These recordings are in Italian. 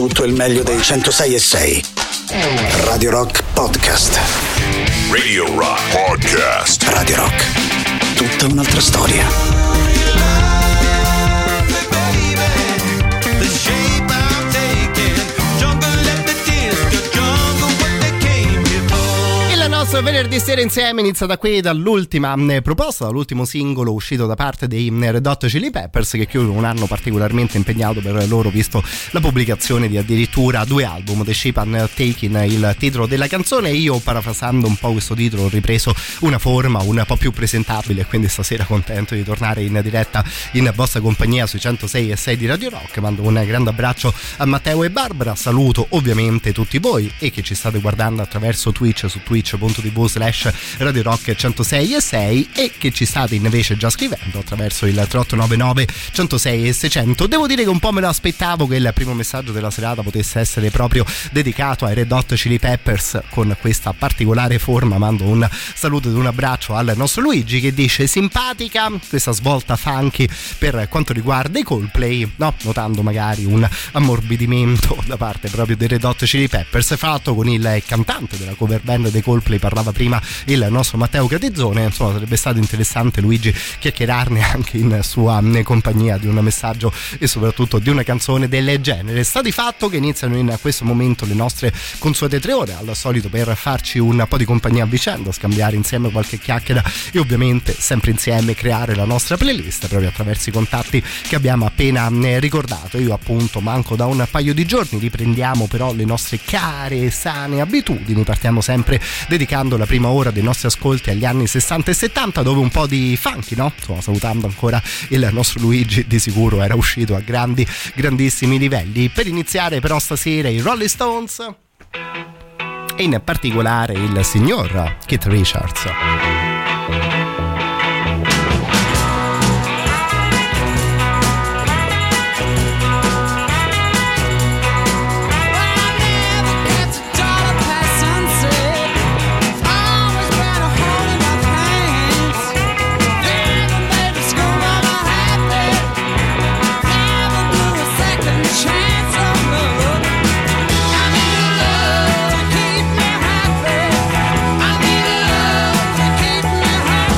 tutto il meglio dei 106.6. Radio Rock Podcast. Radio Rock Podcast. Radio Rock. Tutta un'altra storia. Venerdì sera insieme inizia da qui, dall'ultima proposta, dall'ultimo singolo uscito da parte dei Red Hot Chili Peppers, che chiudono un anno particolarmente impegnato per loro, visto la pubblicazione di addirittura 2 album. The Shape I'm Taking, il titolo della canzone. Io, parafrasando un po' questo titolo, ho ripreso una forma un po' più presentabile, quindi stasera contento di tornare in diretta in vostra compagnia sui 106.6 di Radio Rock. Mando un grande abbraccio a Matteo e Barbara, saluto ovviamente tutti voi e che ci state guardando attraverso Twitch, su twitch.tv/Radio Rock 106.6 e che ci state invece già scrivendo attraverso il 3899 106 e 600. Devo dire che un po' me lo aspettavo che il primo messaggio della serata potesse essere proprio dedicato ai Red Hot Chili Peppers con questa particolare forma. Mando un saluto ed un abbraccio al nostro Luigi, che dice: simpatica questa svolta funky per quanto riguarda i Coldplay, no? Notando magari un ammorbidimento da parte proprio dei Red Hot Chili Peppers, fatto con il cantante della cover band dei Coldplay. Parlava prima il nostro Matteo Catizzone. Insomma, sarebbe stato interessante, Luigi, chiacchierarne anche in sua compagnia di un messaggio e soprattutto di una canzone del genere. Sta di fatto che iniziano in questo momento le nostre consuete 3 ore, al solito per farci un po' di compagnia a vicenda, scambiare insieme qualche chiacchiera e ovviamente sempre insieme creare la nostra playlist proprio attraverso i contatti che abbiamo appena ricordato. Io appunto manco da un paio di giorni, riprendiamo però le nostre care e sane abitudini. Partiamo sempre dedicando la prima ora dei nostri ascolti agli anni 60 e 70, dove un po' di funky, no? Insomma, salutando ancora il nostro Luigi, di sicuro era uscito a grandissimi livelli. Per iniziare però stasera i Rolling Stones e in particolare il signor Keith Richards. Keep me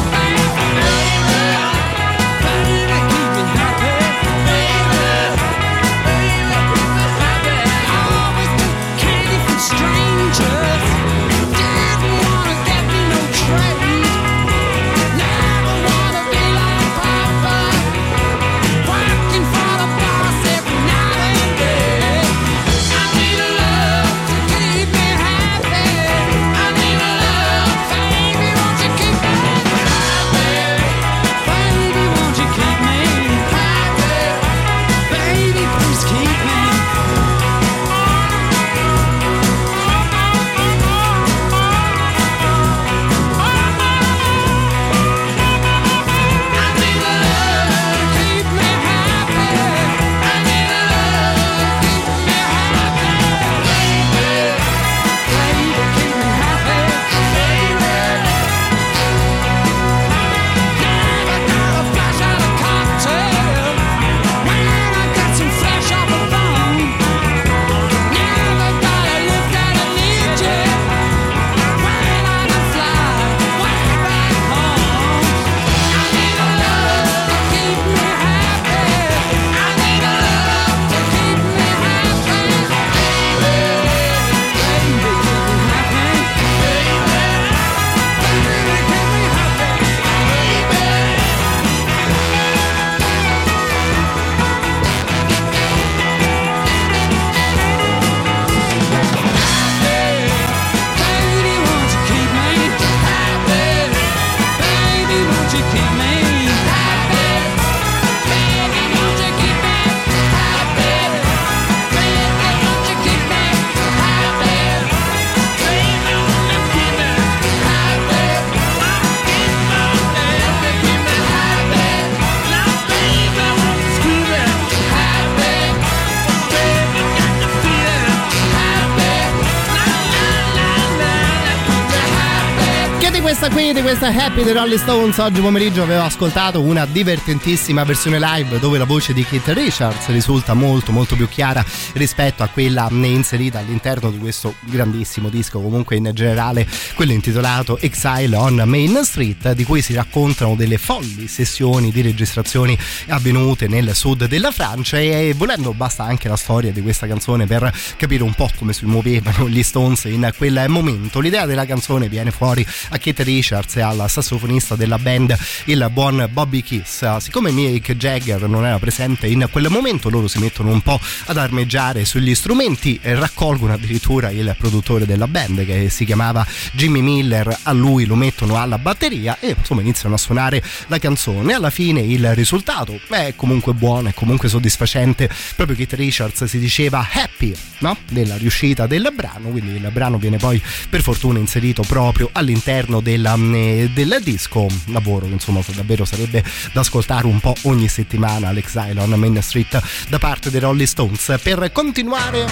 questa qui, di questa Happy dei Rolling Stones, oggi pomeriggio avevo ascoltato una divertentissima versione live dove la voce di Keith Richards risulta molto molto più chiara rispetto a quella inserita all'interno di questo grandissimo disco, comunque in generale quello intitolato Exile on Main Street, di cui si raccontano delle folli sessioni di registrazioni avvenute nel sud della Francia, e volendo basta anche la storia di questa canzone per capire un po' come si muovevano gli Stones in quel momento. L'idea della canzone viene fuori a Keith Richards e al sassofonista della band, il buon Bobby Keys. Siccome Mick Jagger non era presente in quel momento, loro si mettono un po' ad armeggiare sugli strumenti e raccolgono addirittura il produttore della band, che si chiamava Jimmy Miller, a lui lo mettono alla batteria e insomma iniziano a suonare la canzone. Alla fine il risultato è comunque buono, è comunque soddisfacente. Proprio Keith Richards si diceva happy, no? Della riuscita del brano, quindi il brano viene poi per fortuna inserito proprio all'interno del disco, lavoro che insomma davvero sarebbe da ascoltare un po' ogni settimana, l'Exile on Main Street da parte dei Rolling Stones. Per continuare,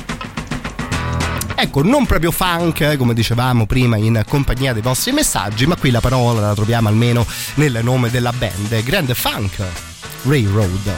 ecco, non proprio funk come dicevamo prima in compagnia dei vostri messaggi, ma qui la parola la troviamo almeno nel nome della band, Grand Funk Railroad.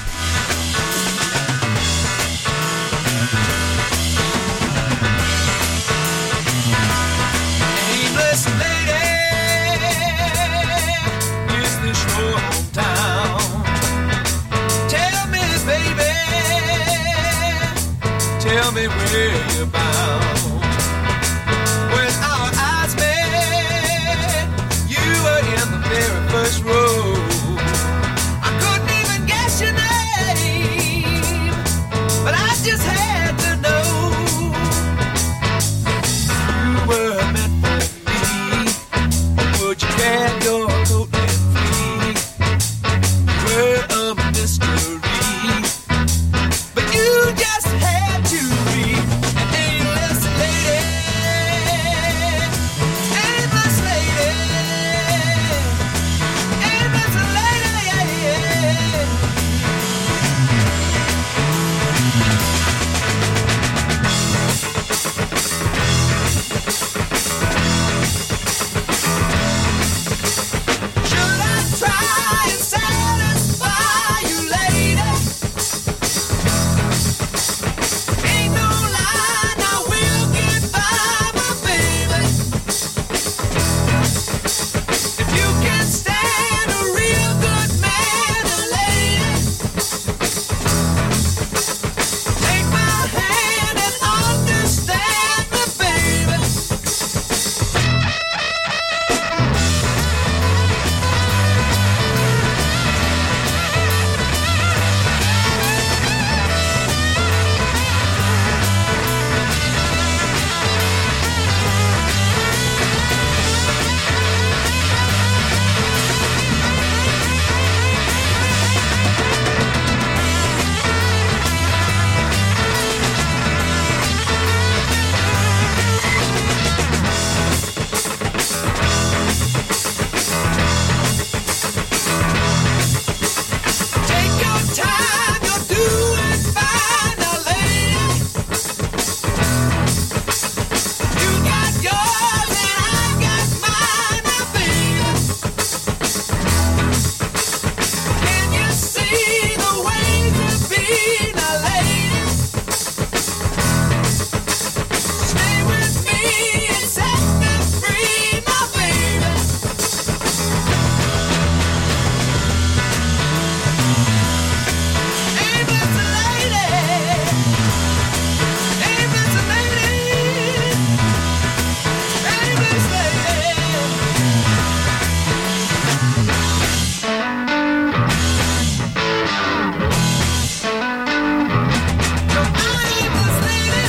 Tell me where you're bound. When our eyes met, you were in the very first row. I couldn't even guess your name, but I just had to know. You were meant for me. Would you grab your coat and flee? You were a mystery, but you just had to be an aimless lady, aimless lady, aimless lady. Should I try and satisfy you, lady? Ain't no lie, now we'll get by, my baby. If you can stand a real good man and lady, take my hand and understand me, baby. Take your time, you're doing fine, now lady. You got yours and I got mine, now baby. Can you see the way to be, now lady? Stay with me and set me free, now baby. Aimless lady, aimless lady, aimless lady. No, I'm aimless lady,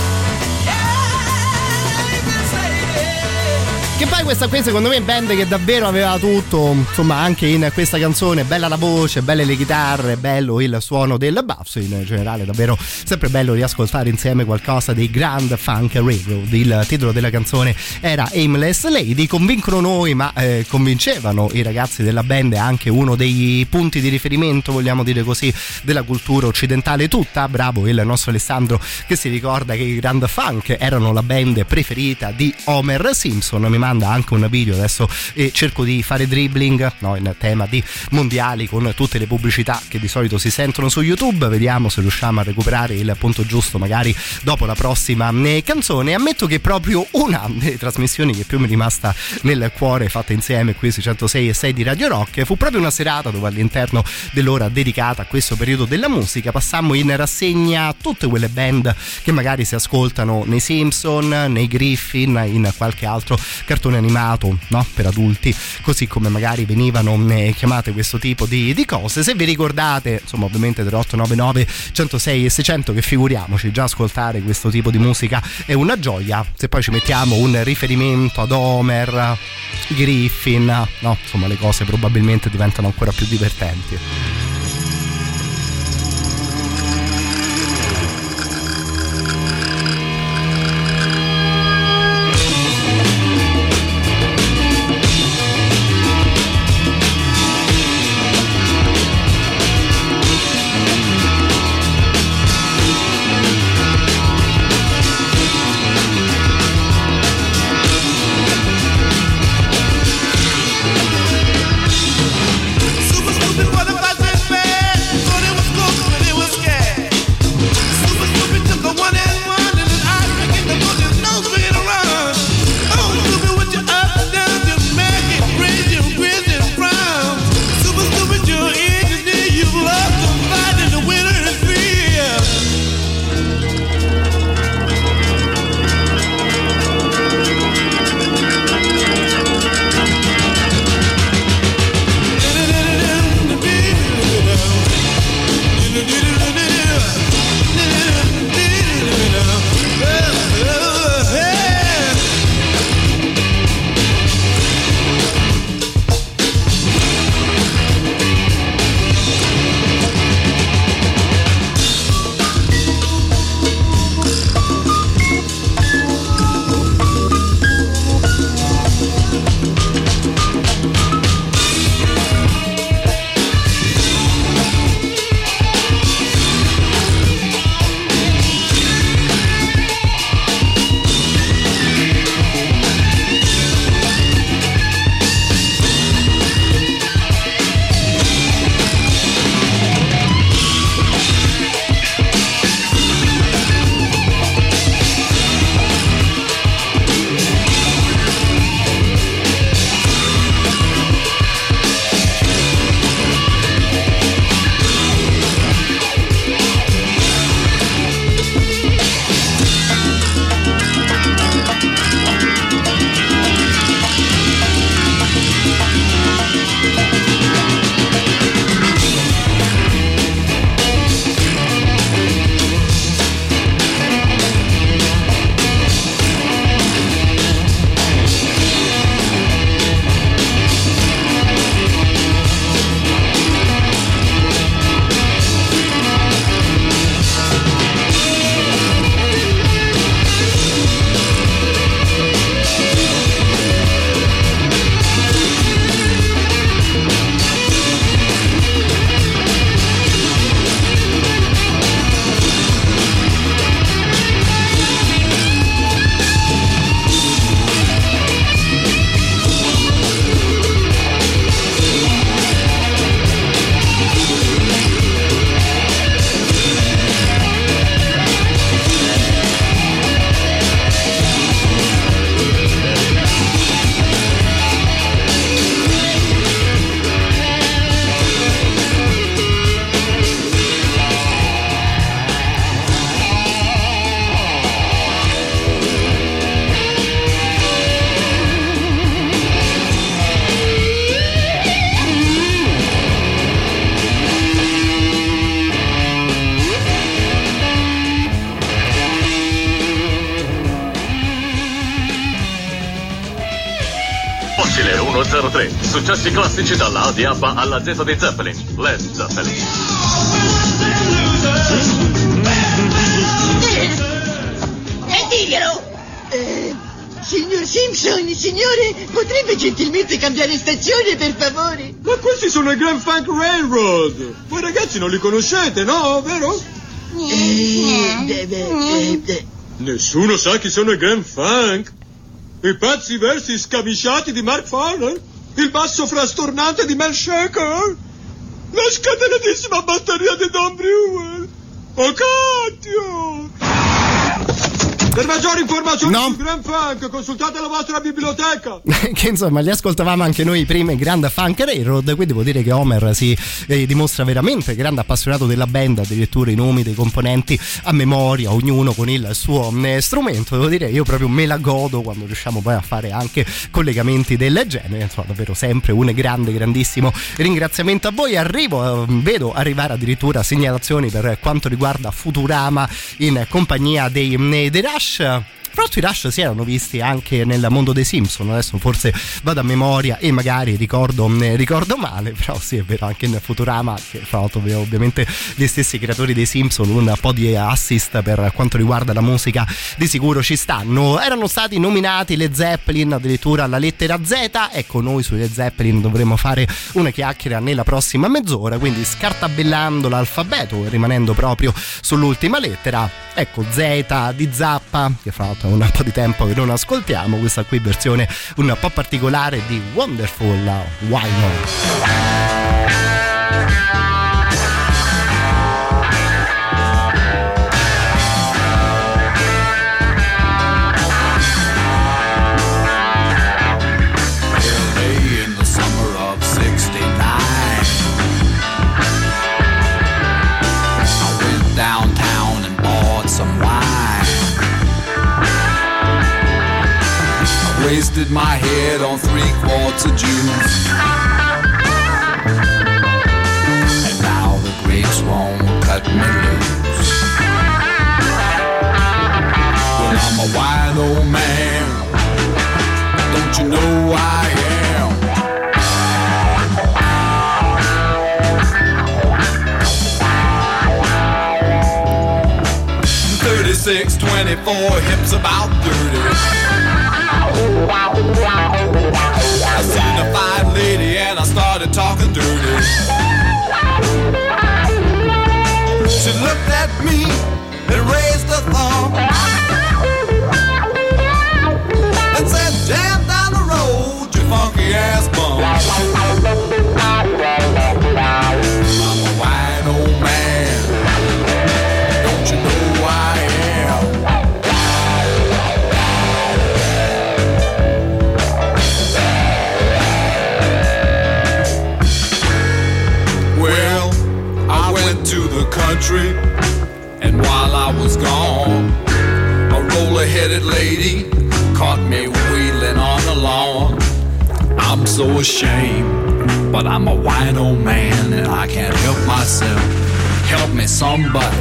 yeah, aimless lady. Che poi questa qui secondo me è band che davvero aveva tutto, insomma anche in questa canzone, bella la voce, belle le chitarre, bello il suono del basso, in generale davvero sempre bello riascoltare insieme qualcosa dei Grand Funk Railroad. Il titolo della canzone era Aimless Lady, convincono noi ma convincevano i ragazzi della band, è anche uno dei punti di riferimento, vogliamo dire così, della cultura occidentale tutta. Bravo il nostro Alessandro che si ricorda che i Grand Funk erano la band preferita di Homer Simpson, mi manda manda anche un video adesso e cerco di fare dribbling, no, in tema di mondiali, con tutte le pubblicità che di solito si sentono su YouTube. Vediamo se riusciamo a recuperare il punto giusto magari dopo la prossima canzone. Ammetto che proprio una delle trasmissioni che più mi è rimasta nel cuore fatta insieme qui sui 106.6 di Radio Rock fu proprio una serata dove all'interno dell'ora dedicata a questo periodo della musica passammo in rassegna tutte quelle band che magari si ascoltano nei Simpson, nei Griffin, in qualche altro cartone animato, no? Per adulti, così come magari venivano chiamate questo tipo di cose. Se vi ricordate, insomma, ovviamente 3899 106 e 600, che figuriamoci, già ascoltare questo tipo di musica è una gioia. Se poi ci mettiamo un riferimento ad Homer, i Griffin, no, insomma, le cose probabilmente diventano ancora più divertenti. Fossile 103. Successi classici dalla A di ABBA alla Z di Zeppelin. Led Zeppelin. Diglielo! Signor Simpson, signore, potrebbe gentilmente cambiare stazione, per favore? Ma questi sono i Grand Funk Railroad. Voi ragazzi non li conoscete, no? Vero? Niente. Nessuno sa chi sono i Grand Funk. I pezzi versi scamisciati di Mark Farner, il basso frastornante di Mel Shaker, la scatenatissima batteria di Don Brewer. Oh cacchio! Per maggiori informazioni sul Grand Funk consultate la vostra biblioteca. Che insomma li ascoltavamo anche noi prima in Grand Funk Railroad, quindi devo dire che Homer si dimostra veramente grande appassionato della band, addirittura i nomi dei componenti a memoria, ognuno con il suo strumento. Devo dire io proprio me la godo quando riusciamo poi a fare anche collegamenti del genere. Insomma davvero sempre un grandissimo ringraziamento a voi. Vedo arrivare addirittura segnalazioni per quanto riguarda Futurama in compagnia dei Rush. Fra l'altro i Rush si erano visti anche nel mondo dei Simpson, adesso forse vado a memoria e magari ricordo male, però sì è vero, anche in Futurama, che fra l'altro ovviamente gli stessi creatori dei Simpson, un po' di assist per quanto riguarda la musica di sicuro ci stanno. Erano stati nominati le Zeppelin addirittura alla lettera Z, ecco noi sui Led Zeppelin dovremo fare una chiacchiera nella prossima mezz'ora, quindi scartabellando l'alfabeto e rimanendo proprio sull'ultima lettera, ecco Z di Zappa, che fra l'altro è un po' di tempo che non ascoltiamo, questa qui versione un po' particolare di Wonderful Why Not. Wasted my head on 3 quarts of juice, and now the grapes won't cut me loose. Well, I'm a wild old man, don't you know I am? 36, 24, hips about 30. I seen a fine lady and I started talking dirty. She looked at me and raised her thumb and said, "Jam down the road, you funky ass bum." I'm a wide old man, don't you know I am? To the country, and while I was gone, a roller-headed lady caught me wheeling on the lawn. I'm so ashamed, but I'm a white old man and I can't help myself. Help me, somebody.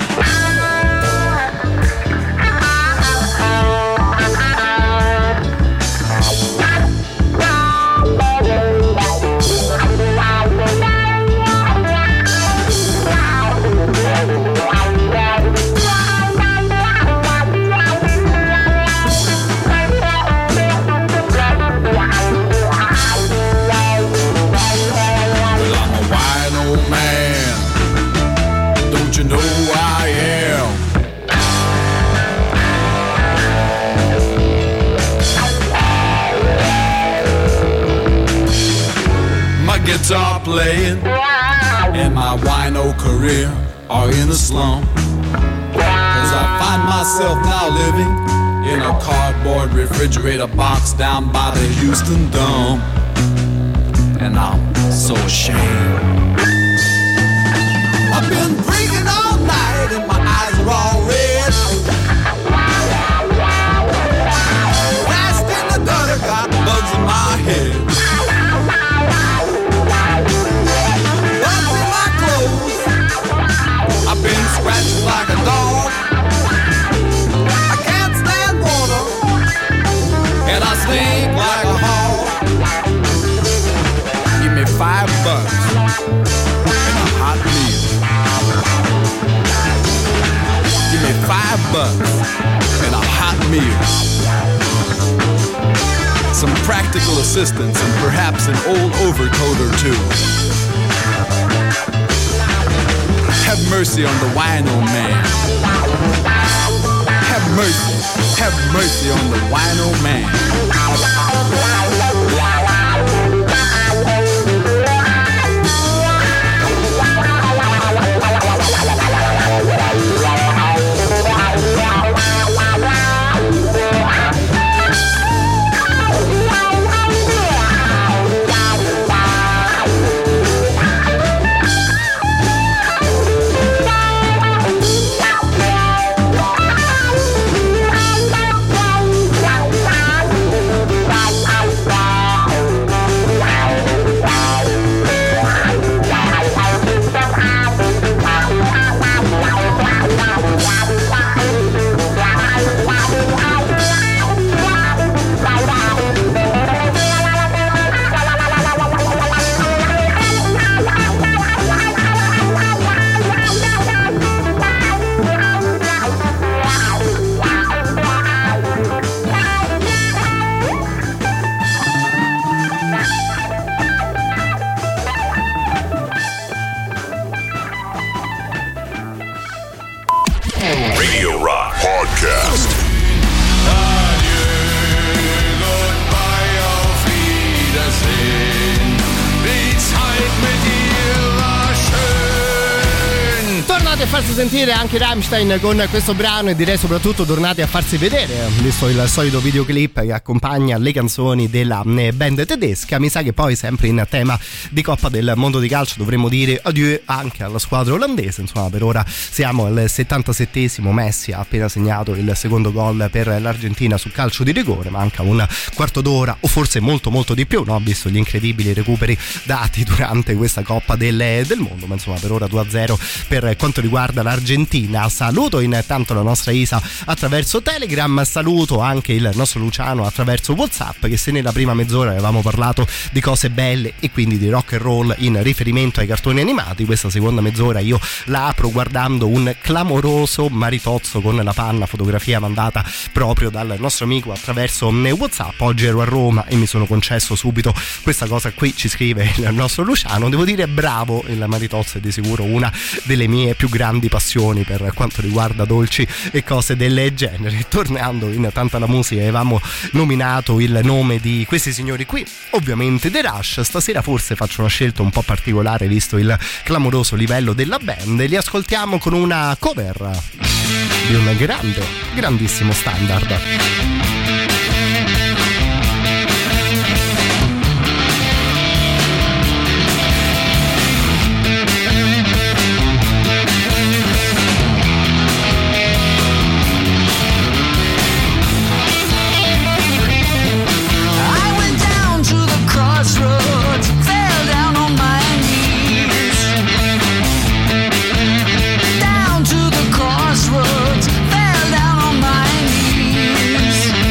Guitar playing and my wino career are in the slum, 'cause I find myself now living in a cardboard refrigerator box down by the Houston Dome, and I'm so ashamed. I've been drinking all night and my eyes are all red. Fast in the gutter, got bugs in my head. I've been scratched like a dog. I can't stand water, and I stink like a hog. Give me $5 and a hot meal. Give me $5 and a hot meal. Some practical assistance and perhaps an old overcoat or two. Have mercy on the wino man. Have mercy. Have mercy on the wino man. Radio Rock Podcast. Goodbye, auf Wiedersehen. Die Zeit mit dir war schön. Tornate a farsi sentire anche Rammstein con questo brano e direi soprattutto tornate a farsi vedere, visto il solito videoclip che accompagna le canzoni della band tedesca. Mi sa che poi sempre in tema di Coppa del Mondo di calcio dovremmo dire adieu anche alla squadra olandese. Insomma, per ora siamo al 77esimo, Messi ha appena segnato il secondo gol per l'Argentina sul calcio di rigore, manca un quarto d'ora o forse molto molto di più, no? Visto gli incredibili recuperi dati durante questa Coppa del Mondo, ma insomma per ora 2-0 per quanto riguarda l'Argentina. Saluto intanto la nostra Isa attraverso Telegram, saluto anche il nostro Luciano attraverso WhatsApp, che se nella prima mezz'ora avevamo parlato di cose belle e quindi di rock and roll in riferimento ai cartoni animati, questa seconda mezz'ora io la apro guardando un clamoroso maritozzo con la panna, fotografia mandata proprio dal nostro amico attraverso WhatsApp. Oggi ero a Roma e mi sono concesso subito questa cosa qui, ci scrive il nostro Luciano. Devo dire bravo, il maritozzo è di sicuro una delle mie più grandi passioni per quanto riguarda dolci e cose del genere. Tornando in tanta la musica, avevamo nominato il nome di questi signori qui, ovviamente The Rush. Stasera forse faccio una scelta un po' particolare visto il clamoroso livello della band, li ascoltiamo con una cover di un grandissimo standard. Down to the crossroads, fell down on my knees.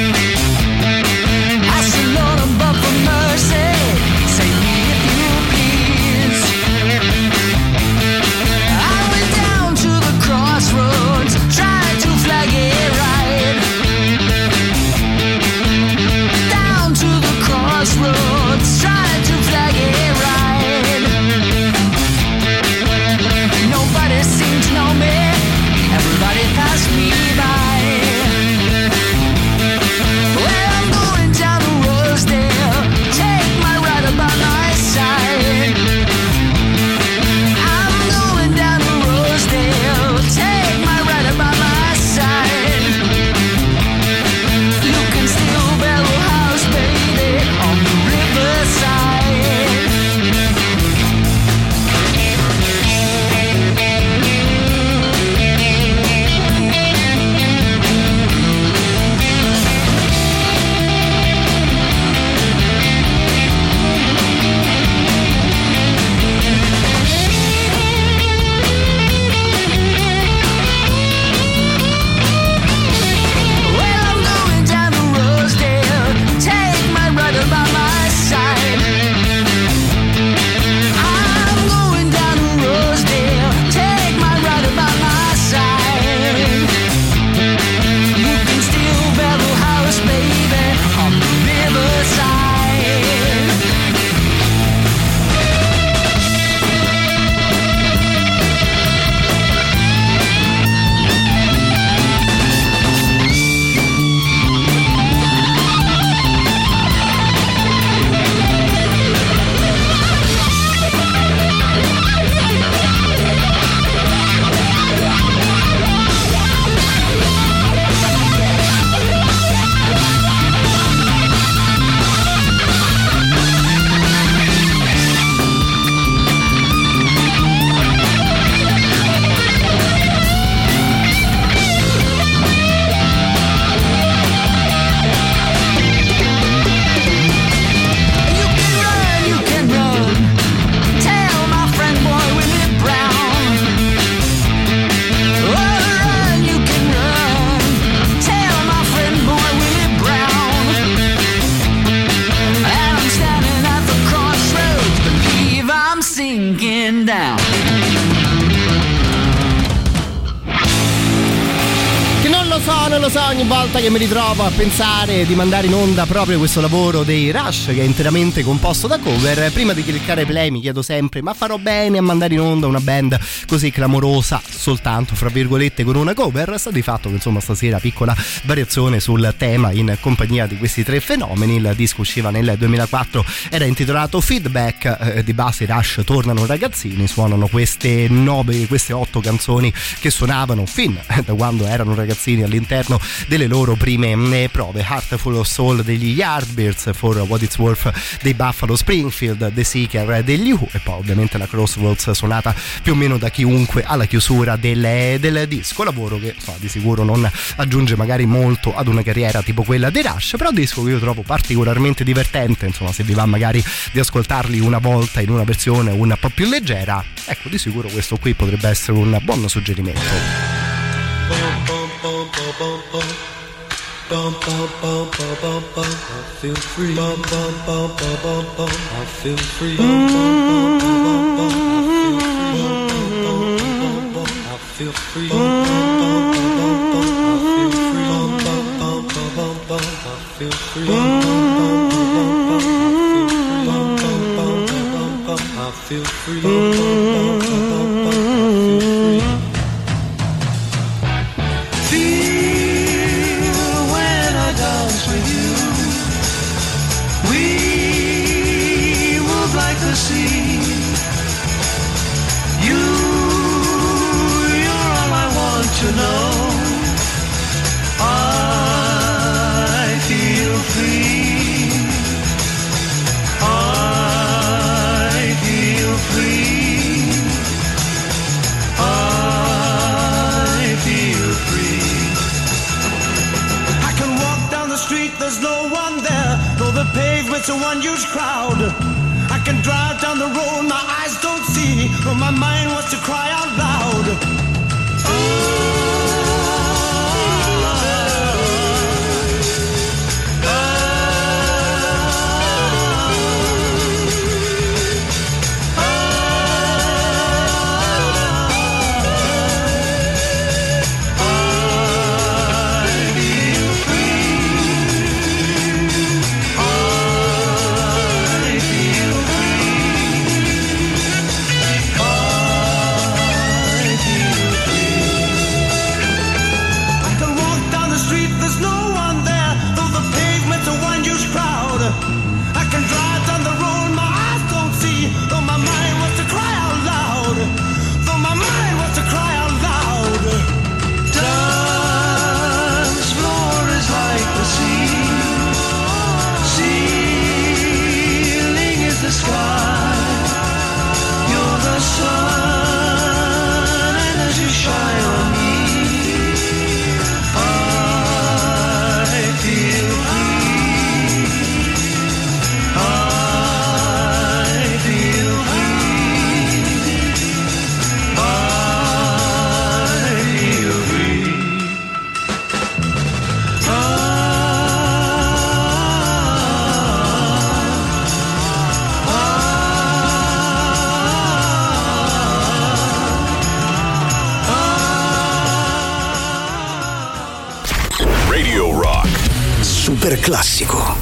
suono, lo so, ogni volta che mi ritrovo a pensare di mandare in onda proprio questo lavoro dei Rush, che è interamente composto da cover. Prima di cliccare play mi chiedo sempre: ma farò bene a mandare in onda una band così clamorosa soltanto fra virgolette con una cover? Sta di fatto che insomma stasera piccola variazione sul tema in compagnia di questi tre fenomeni. Il disco usciva nel 2004, era intitolato Feedback. Di base Rush tornano ragazzini, suonano queste 8 canzoni che suonavano fin da quando erano ragazzini all'interno delle loro prime prove. Heartful of Soul degli Yardbirds, For What It's Worth dei Buffalo Springfield, The Seeker degli Who, e poi ovviamente la Crossroads suonata più o meno da chiunque alla chiusura del disco. Lavoro che di sicuro non aggiunge magari molto ad una carriera tipo quella dei Rush, però disco che io trovo particolarmente divertente. Insomma, se vi va magari di ascoltarli una volta in una versione un po' più leggera, ecco, di sicuro questo qui potrebbe essere un buon suggerimento. It's a one huge crowd. I can drive down the road, my eyes don't see, but my mind wants to cry out loud. Super classico.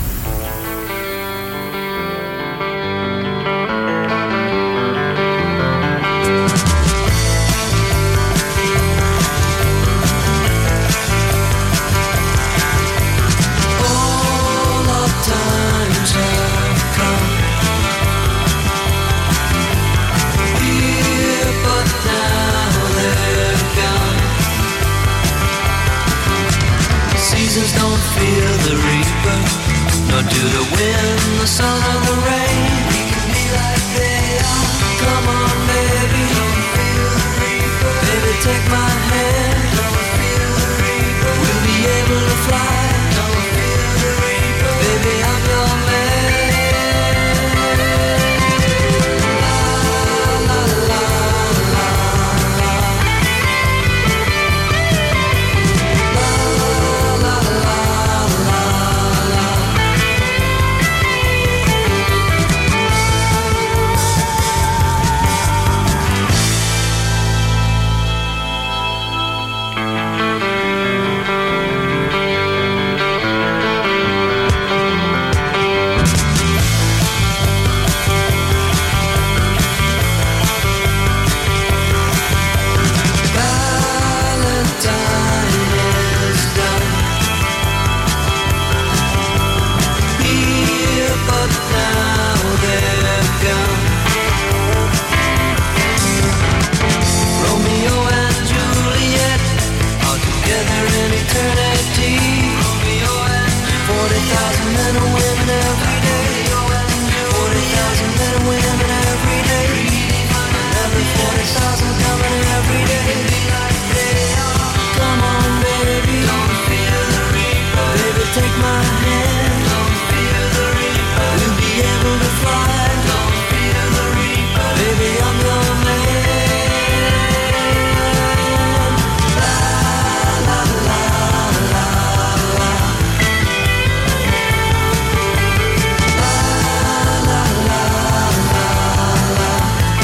eternity. 40,000 men and women every day. 40,000 men and women every day. Another 40,000 coming every day. Come on, baby. Baby, take my hand. We'll be able to fly. Baby, I'm your man. La la la la la. La la la la la.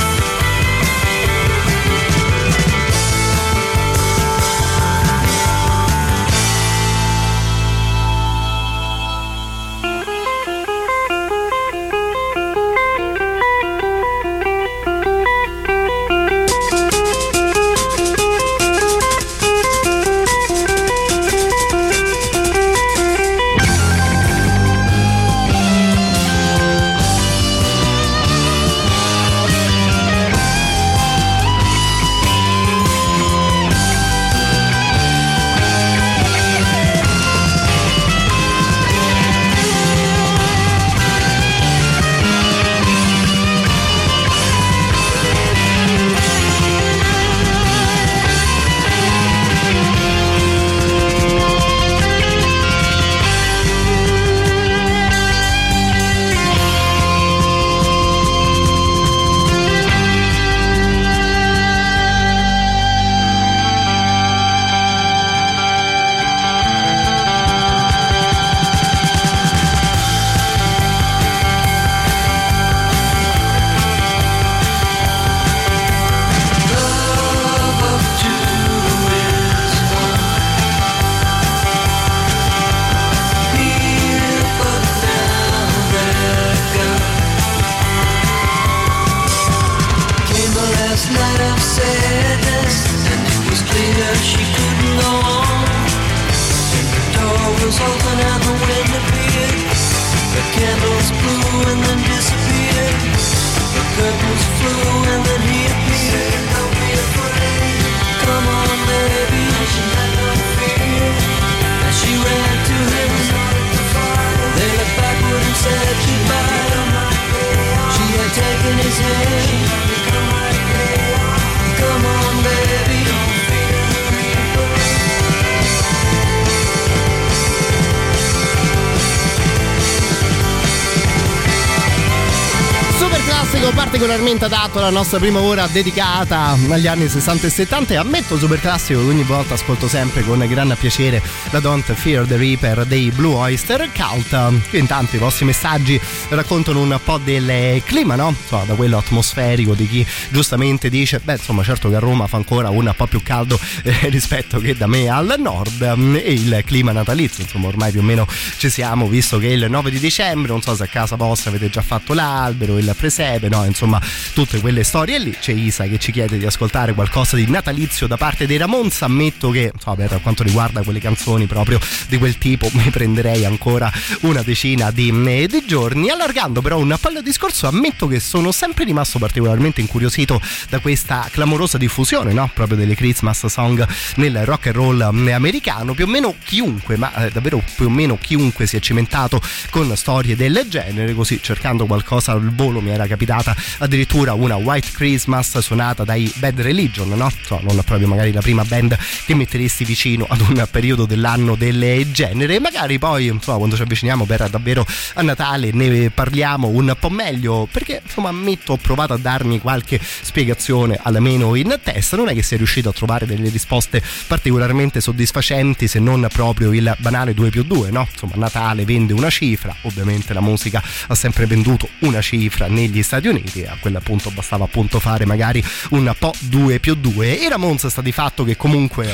Particolarmente adatto alla nostra prima ora dedicata agli anni 60 e 70 e ammetto super classico che ogni volta ascolto sempre con gran piacere la Don't Fear the Reaper dei Blue Oyster Cult, che intanto i vostri messaggi raccontano un po' del clima, no? Insomma, da quello atmosferico di chi giustamente dice beh insomma certo che a Roma fa ancora un po' più caldo rispetto che da me al nord, e il clima natalizio insomma ormai più o meno ci siamo, visto che è il 9 di dicembre, non so se a casa vostra avete già fatto l'albero, il presepe, no? Insomma tutte quelle storie lì. C'è Isa che ci chiede di ascoltare qualcosa di natalizio da parte dei Ramones. Ammetto che insomma, per quanto riguarda quelle canzoni proprio di quel tipo mi prenderei ancora una decina di giorni. Allargando però un po' il discorso, ammetto che sono sempre rimasto particolarmente incuriosito da questa clamorosa diffusione, no? Proprio delle Christmas song nel rock and roll americano. Più o meno chiunque, ma davvero più o meno chiunque si è cimentato con storie del genere, così cercando qualcosa al volo mi era capitata addirittura una White Christmas suonata dai Bad Religion, no? So, non proprio magari la prima band che metteresti vicino ad un periodo dell'anno del genere. Magari poi insomma quando ci avviciniamo per davvero a Natale ne parliamo un po' meglio, perché insomma ammetto ho provato a darmi qualche spiegazione almeno in testa, non è che sia riuscito a trovare delle risposte particolarmente soddisfacenti, se non proprio il banale 2+2, no? Insomma Natale vende una cifra, ovviamente la musica ha sempre venduto una cifra negli Stati Uniti, a quel punto bastava appunto fare magari un po' 2+2, e Ramones sta di fatto che comunque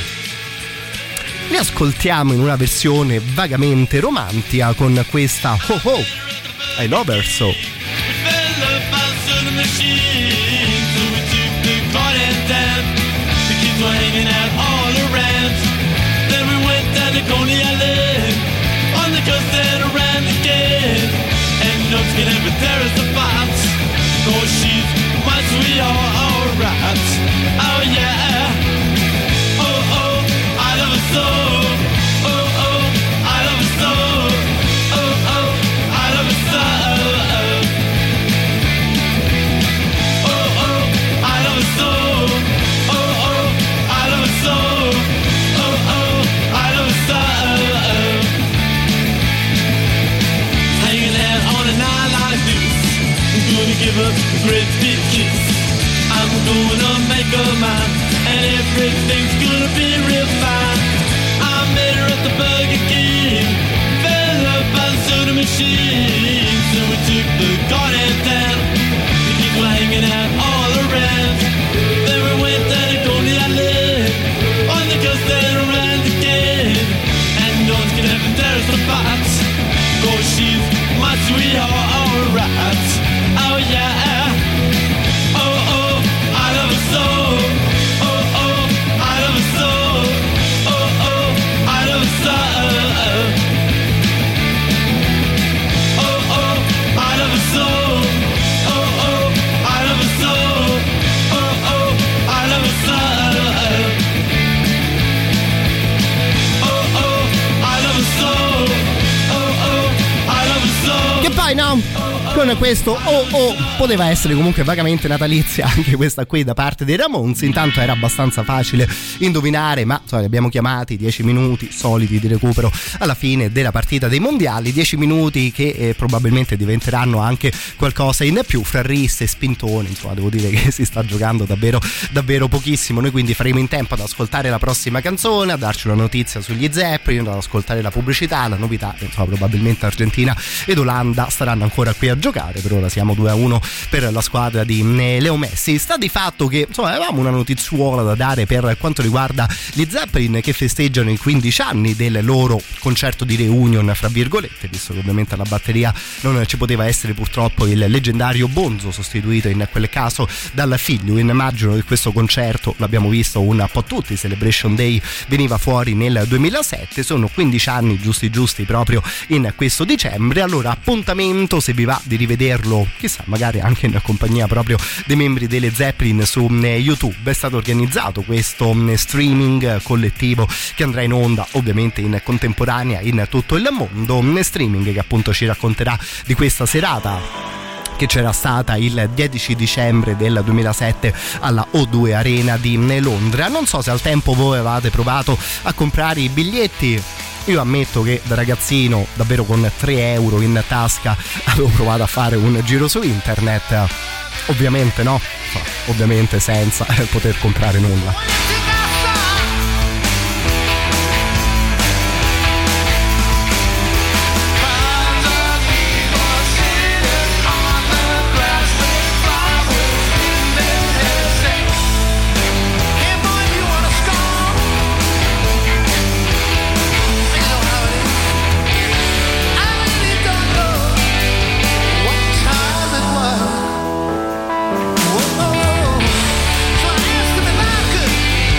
li ascoltiamo in una versione vagamente romantica con questa Oh Oh I Love Her So. Cause she's my sweetheart, alright. Oh yeah. Oh oh, I love her so. Right Now. Con questo poteva essere comunque vagamente natalizia anche questa qui da parte dei Ramones. Intanto era abbastanza facile indovinare, ma insomma, li abbiamo chiamati 10 minuti soliti di recupero alla fine della partita dei mondiali, 10 minuti che probabilmente diventeranno anche qualcosa in più fra risse e spintoni. Insomma, devo dire che si sta giocando davvero davvero pochissimo. Noi quindi faremo in tempo ad ascoltare la prossima canzone, a darci una notizia sugli Zeppelin, ad ascoltare la pubblicità, la novità. Insomma, probabilmente Argentina ed Olanda staranno ancora qui a giocare. Per ora siamo 2-1 per la squadra di Leo Messi. Sta di fatto che insomma avevamo una notizuola da dare per quanto riguarda gli Zeppelin, che festeggiano i 15 anni del loro concerto di reunion fra virgolette, visto che ovviamente alla batteria non ci poteva essere purtroppo il leggendario Bonzo, sostituito in quel caso dal figlio. Immagino che questo concerto l'abbiamo visto un po' tutti, Celebration Day veniva fuori nel 2007, sono 15 anni giusti proprio in questo dicembre. Allora appuntamento, se vi va di rivederlo, chissà, magari anche in compagnia proprio dei membri delle Zeppelin su YouTube. È stato organizzato questo streaming collettivo che andrà in onda ovviamente in contemporanea in tutto il mondo, streaming che appunto ci racconterà di questa serata che c'era stata il 10 dicembre del 2007 alla O2 Arena di Londra. Non so se al tempo voi avevate provato a comprare i biglietti. Io ammetto che da ragazzino, davvero con 3 euro in tasca, avevo provato a fare un giro su internet. Ovviamente no, ovviamente senza poter comprare nulla. So I asked him if I could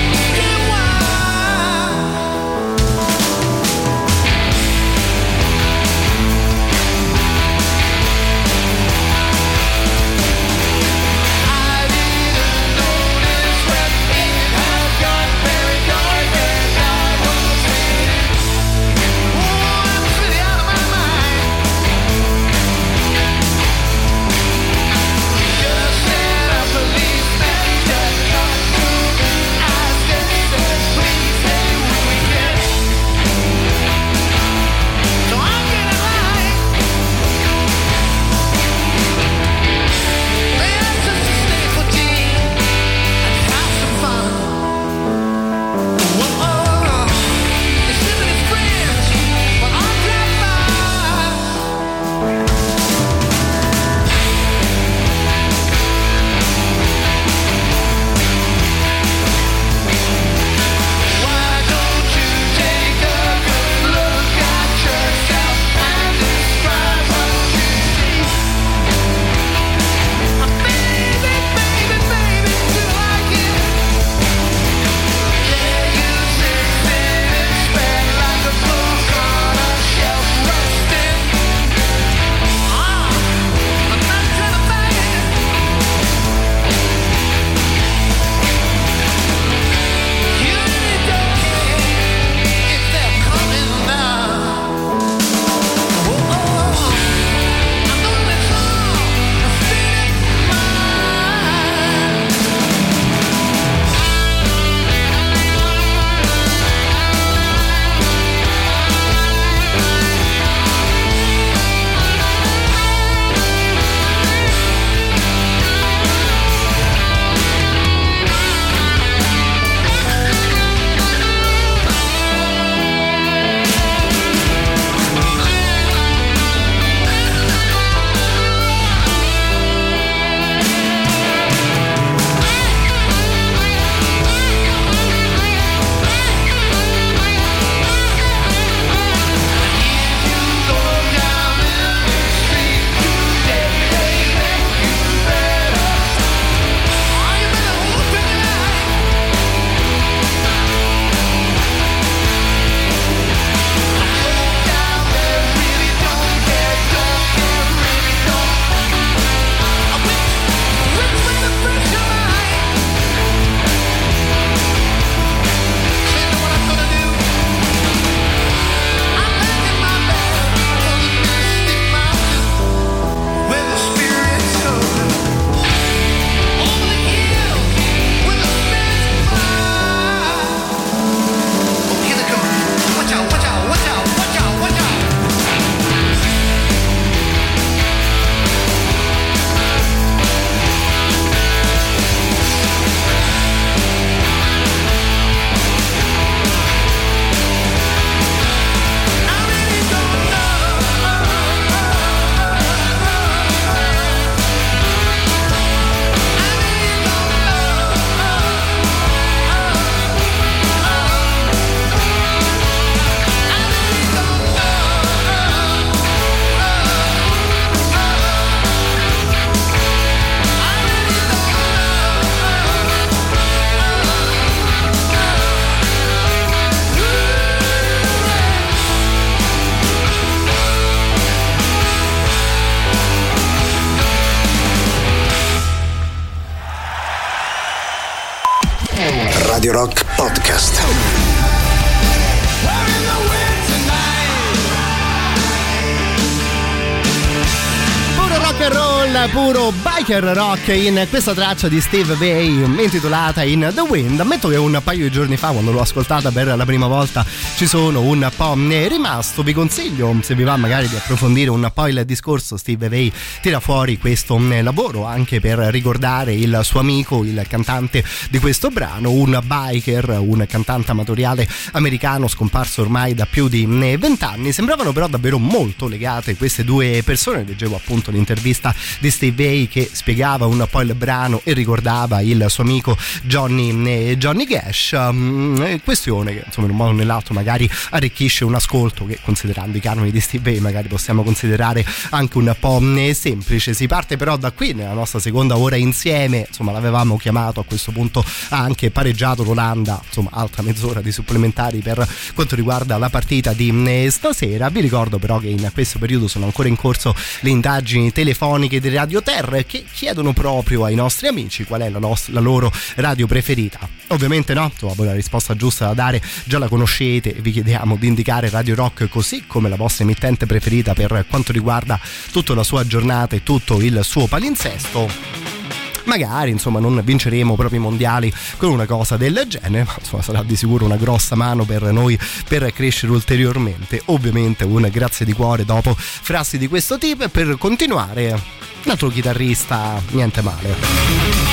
Radio Rock Podcast. Rock and roll, puro biker rock in questa traccia di Steve Vai intitolata In The Wind. Ammetto che un paio di giorni fa, quando l'ho ascoltata per la prima volta, ci sono un po' rimasto. Vi consiglio, se vi va magari, di approfondire un po' il discorso. Steve Vai tira fuori questo lavoro anche per ricordare il suo amico, il cantante di questo brano, un biker, un cantante amatoriale americano scomparso ormai da più di 20 anni. Sembravano però davvero molto legate queste due persone. Leggevo appunto l'intervista di Steve Vai che spiegava un po' il brano e ricordava il suo amico Johnny Cash, questione che insomma in un modo o nell'altro magari arricchisce un ascolto che, considerando i canoni di Steve Vai, magari possiamo considerare anche un po' semplice. Si parte però da qui, nella nostra seconda ora insieme. Insomma, l'avevamo chiamato, a questo punto ha anche pareggiato l'Olanda, insomma altra mezz'ora di supplementari per quanto riguarda la partita di stasera. Vi ricordo però che in questo periodo sono ancora in corso le indagini telefoniche di Radio Terra, che chiedono proprio ai nostri amici qual è la loro radio preferita. Ovviamente no, insomma, voi la risposta giusta da dare già la conoscete. Vi chiediamo di indicare Radio Rock così come la vostra emittente preferita per quanto riguarda tutta la sua giornata e tutto il suo palinsesto. Magari insomma non vinceremo proprio i mondiali con una cosa del genere, ma insomma sarà di sicuro una grossa mano per noi per crescere ulteriormente. Ovviamente un grazie di cuore dopo frasi di questo tipo, e per continuare un altro chitarrista niente male.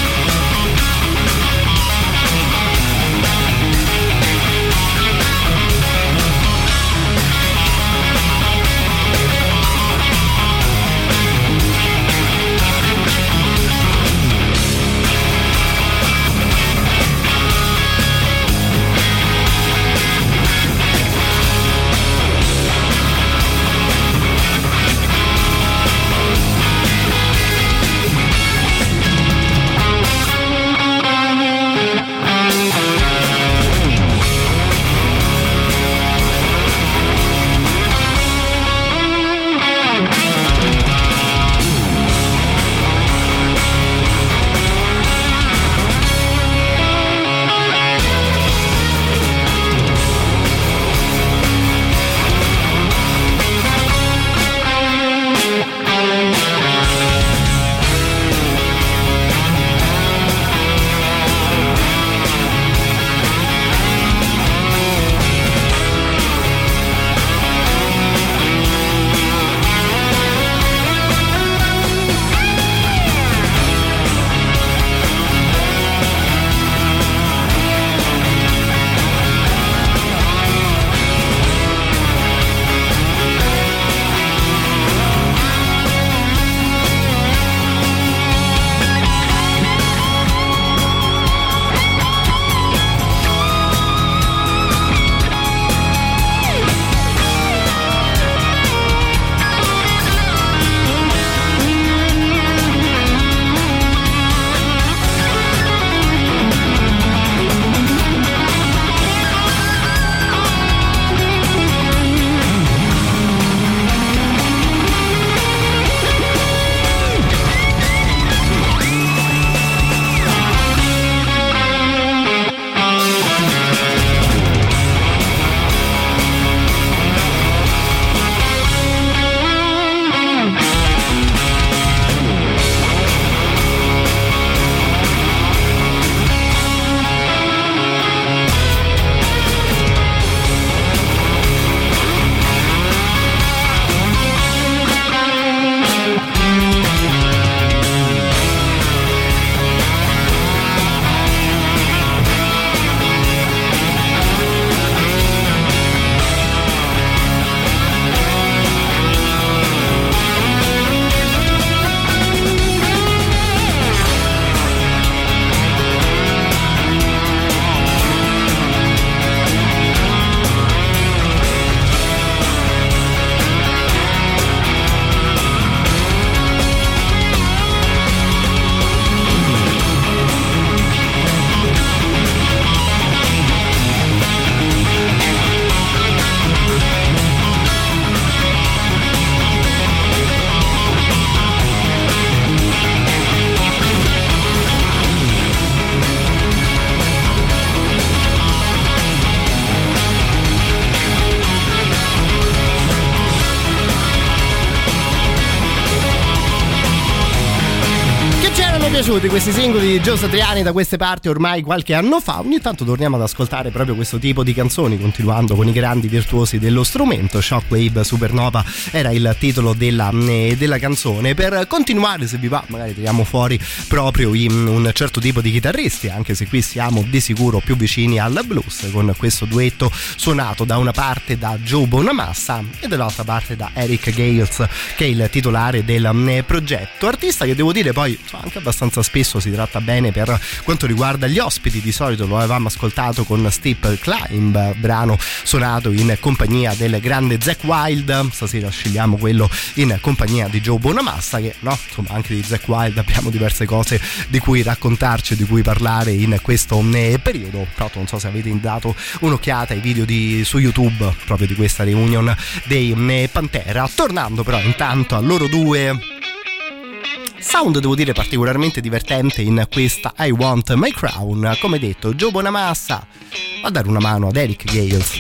piaciuti questi singoli di Joe Satriani da queste parti ormai qualche anno fa. Ogni tanto torniamo ad ascoltare proprio questo tipo di canzoni, continuando con i grandi virtuosi dello strumento. Shockwave Supernova era il titolo della canzone. Per continuare, se vi va, magari tiriamo fuori proprio un certo tipo di chitarristi, anche se qui siamo di sicuro più vicini al blues, con questo duetto suonato da una parte da Joe Bonamassa e dall'altra parte da Eric Gales, che è il titolare del progetto. Artista che devo dire poi anche abbastanza spesso si tratta bene per quanto riguarda gli ospiti. Di solito lo avevamo ascoltato con Steep Climb, brano suonato in compagnia del grande Zakk Wylde. Stasera scegliamo quello in compagnia di Joe Bonamassa, che no, insomma, anche di Zakk Wylde abbiamo diverse cose di cui raccontarci, di cui parlare in questo periodo. Però non so se avete dato un'occhiata ai video su YouTube proprio di questa reunion dei Pantera. Tornando però intanto a loro due, sound devo dire particolarmente divertente in questa I Want My Crown. Come detto, Joe Bonamassa a dare una mano ad Eric Gales.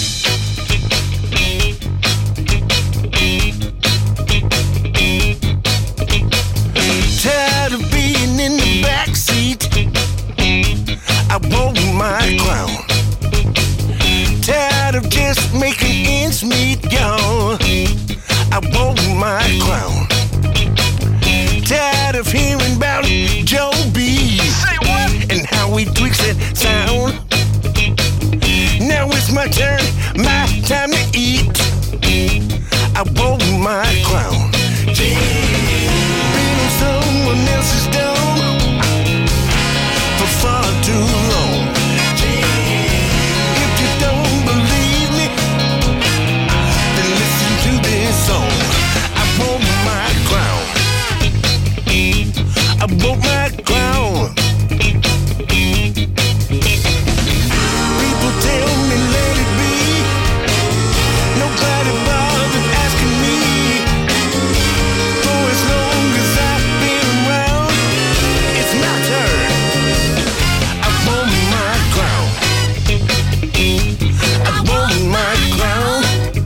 Tired of being in the backseat, I want my crown. Tired of just making ends meet, y'all, I want my crown. Tired of hearing about Joe B. Say what? And how he tweaks that sound. Now it's my turn, my time to eat. I want my crown. Been on someone else's dome for far too long. If you don't believe me, then listen to this song. I want my crown. I want my crown. People tell me let it be. Nobody bothered asking me. For as long as I've been around, it's my turn. I want my crown. I want my crown.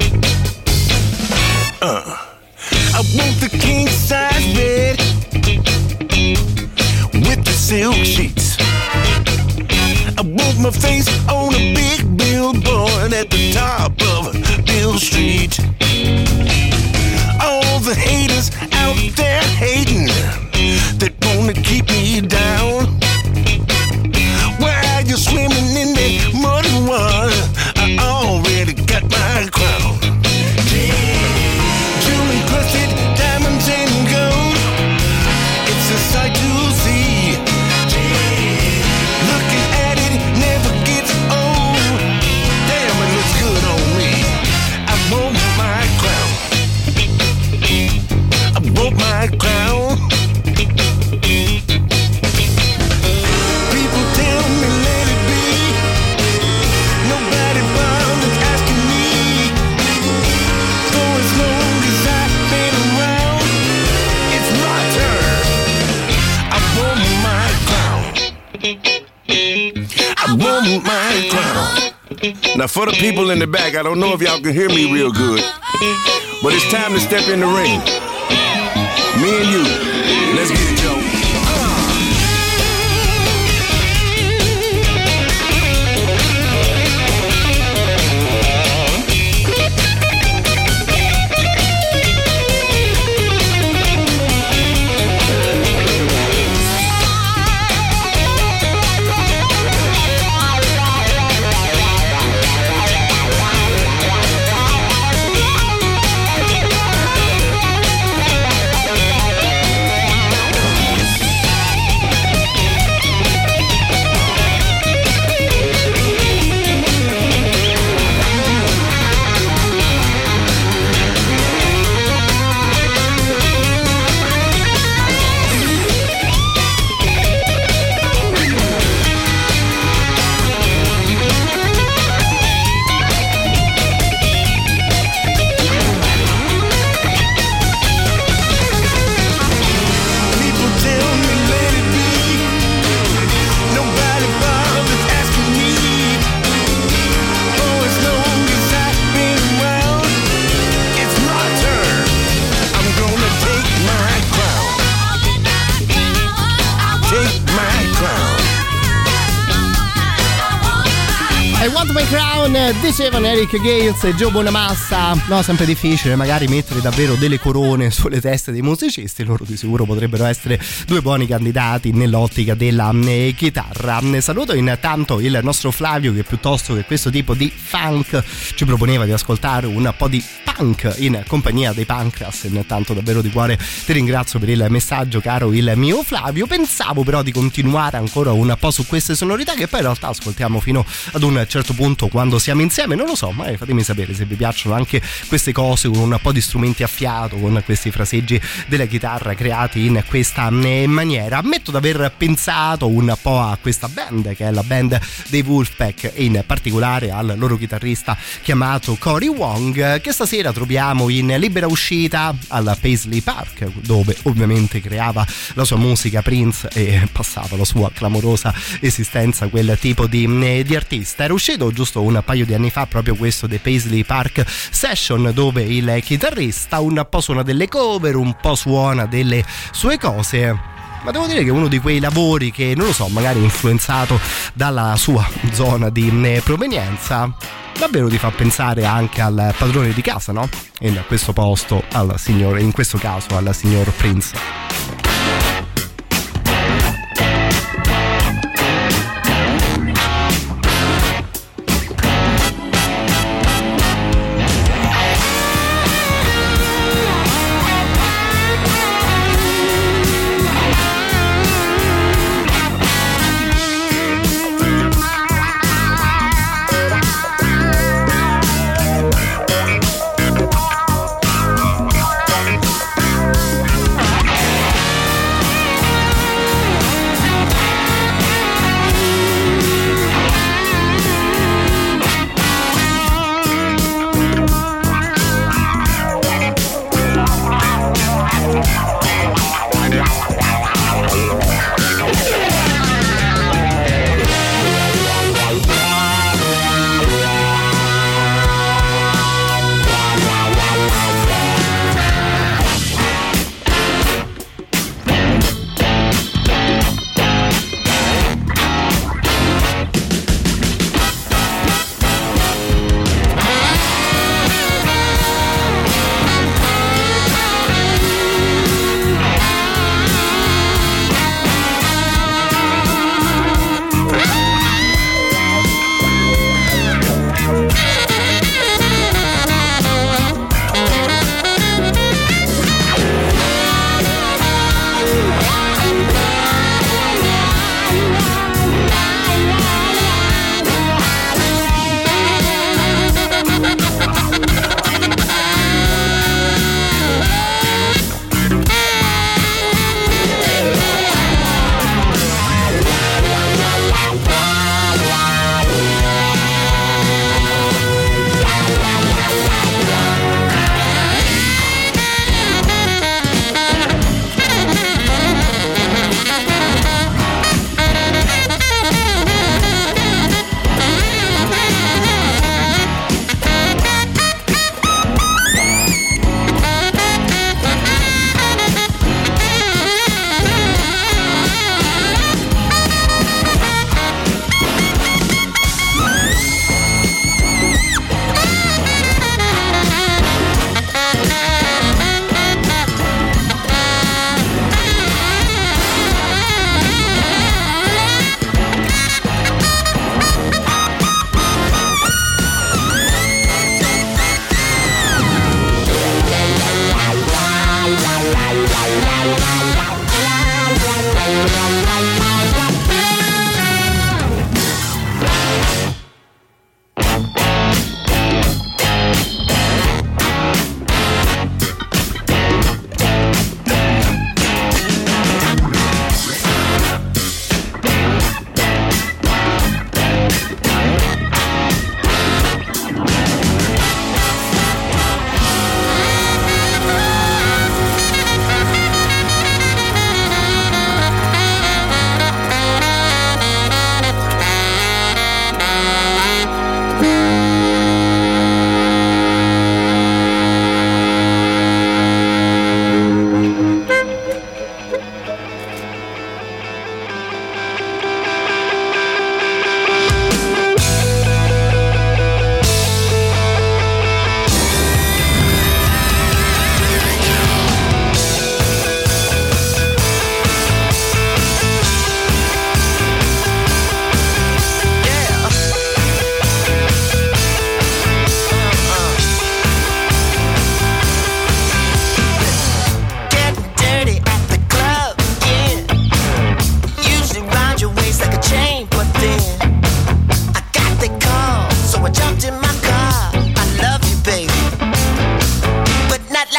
I want the king size bed with the silk sheets. I want my face on a big billboard at the top of Bill Street. All the haters out there hating that wanna keep me down. While you're swimming in that muddy water, I already got my crown. Jewelry crusted diamonds and gold, it's a sight to see. Looking at it never gets old. Damn, it looks good on me. I want my crown. I want my crown. People tell me let it be. Nobody bothers asking me. For as long as I've been around, it's my turn. I want my crown. I want my crown. Now for the people in the back, I don't know if y'all can hear me real good, but it's time to step in the ring. Me and you, let's get it, Joe. Crown, dicevano Eric Gales e Joe Bonamassa. No, sempre difficile magari mettere davvero delle corone sulle teste dei musicisti. Loro di sicuro potrebbero essere due buoni candidati nell'ottica della chitarra. Saluto intanto il nostro Flavio, che piuttosto che questo tipo di funk ci proponeva di ascoltare un po' di punk in compagnia dei Pancras. Intanto davvero di cuore ti ringrazio per il messaggio, caro il mio Flavio. Pensavo però di continuare ancora un po' su queste sonorità, che poi in realtà ascoltiamo fino ad un certo punto quando siamo insieme. Non lo so, ma fatemi sapere se vi piacciono anche queste cose con un po' di strumenti a fiato, con questi fraseggi della chitarra creati in questa maniera. Ammetto di aver pensato un po' a questa band, che è la band dei Wolfpack, e in particolare al loro chitarrista chiamato Cory Wong, che stasera troviamo in libera uscita al Paisley Park, dove ovviamente creava la sua musica Prince e passava la sua clamorosa esistenza quel tipo di artista. Era uscito giusto un paio di anni fa proprio questo The Paisley Park Session, dove il chitarrista un po' suona delle cover, un po' suona delle sue cose, ma devo dire che è uno di quei lavori che, non lo so, magari influenzato dalla sua zona di provenienza, davvero ti fa pensare anche al padrone di casa, no? In questo posto al signor, in questo caso al signor Prince.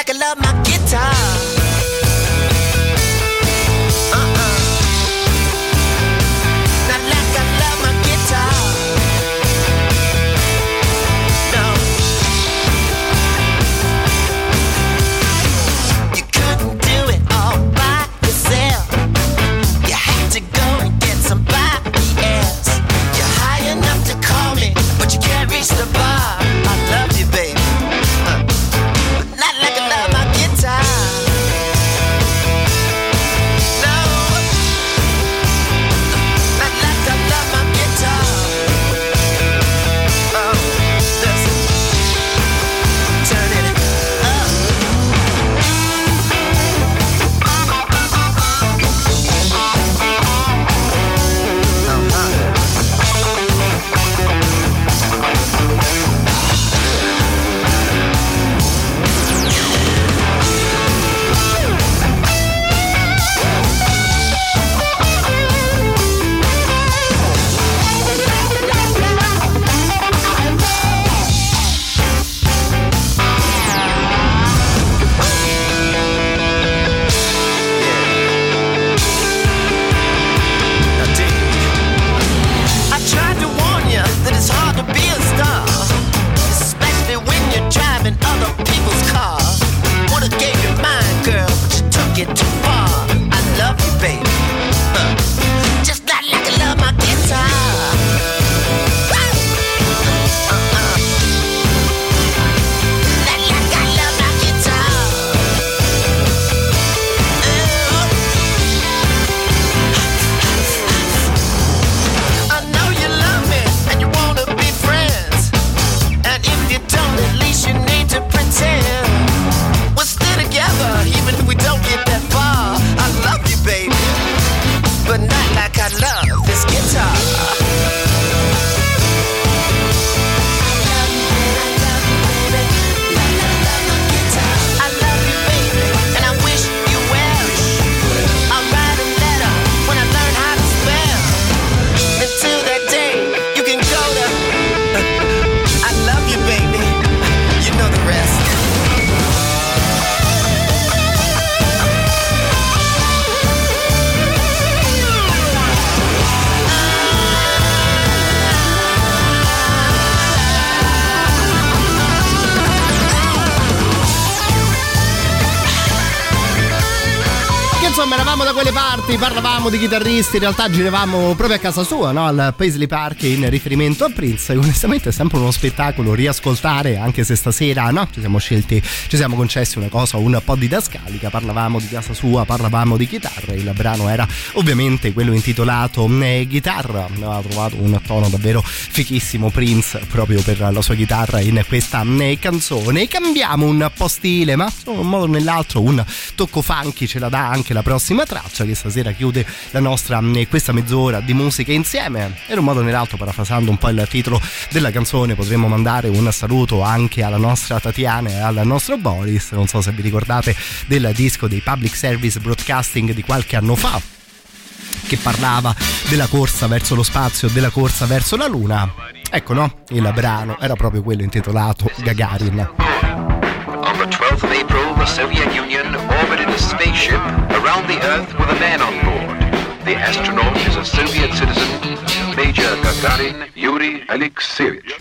like I love my guitar. Not like I love my guitar. No. You couldn't do it all by yourself. You had to go and get somebody else. You're high enough to call me, but you can't reach the bar. I love you, baby. But not like I love my guitar. No. Not like I love my guitar. Oh, listen. Turn it up. I tried to warn you that it's hard to be a star, especially when you're driving other people's cars. Would've gave you mine, girl, but you took it too far. I love you, baby. Just not like I love my guitar. Not like I love my guitar. I know you love me and you wanna be friends. And if you don't, at least you need to pretend. We'll stay together even if we don't get that far. I love you, baby, but not like I love this guitar. I love you, baby, and I wish you well. I'll write a letter when I learn how to spell. Until that day, you can go to I love you, baby. You know the rest. Che insomma eravamo da quelle parti, parlavamo di chitarristi, in realtà giravamo proprio a casa sua, no? Al Paisley Park in riferimento a Prince. E onestamente è sempre uno spettacolo riascoltare, anche se stasera, no? Ci siamo concessi una cosa, un po' didascalica, parlavamo di casa sua, parlavamo di chitarra. Il brano era ovviamente quello intitolato Guitarra, ha trovato un tono davvero fichissimo Prince proprio per la sua chitarra in questa canzone. Cambiamo un po' stile, ma in un modo o nell'altro un tocco funky ce la dà anche la prossima traccia che stasera chiude la nostra questa mezz'ora di musica insieme. E in un modo o nell'altro, parafrasando un po' il titolo della canzone, potremmo mandare un saluto anche alla nostra Tatiana e al nostro Boris. Non so se vi ricordate del disco dei Public Service Broadcasting di qualche anno fa, che parlava della corsa verso lo spazio, della corsa verso la luna. Ecco, no? Il brano era proprio quello intitolato Gagarin. On the 12th of April, the Soviet Union orbited a spaceship around the Earth with a man on board. The astronaut is a Soviet citizen, Major Gagarin Yuri Alexeyevich.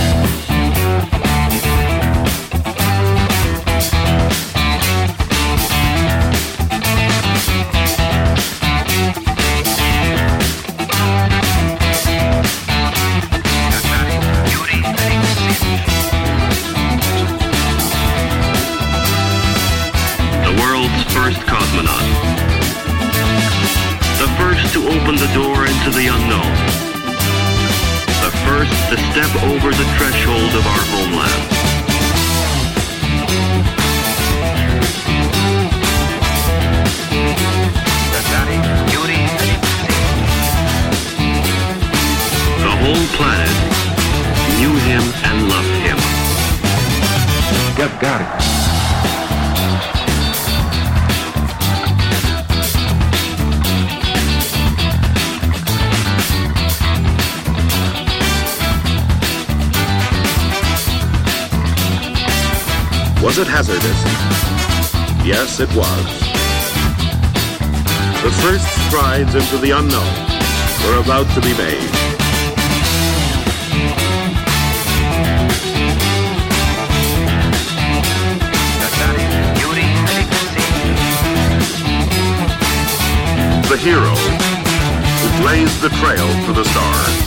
First cosmonaut. The first to open the door into the unknown. The first to step over the threshold of our homeland. The whole planet knew him and loved him. Gagarin. Was it hazardous? Yes, it was. The first strides into the unknown were about to be made. The hero who blazed the trail to the stars.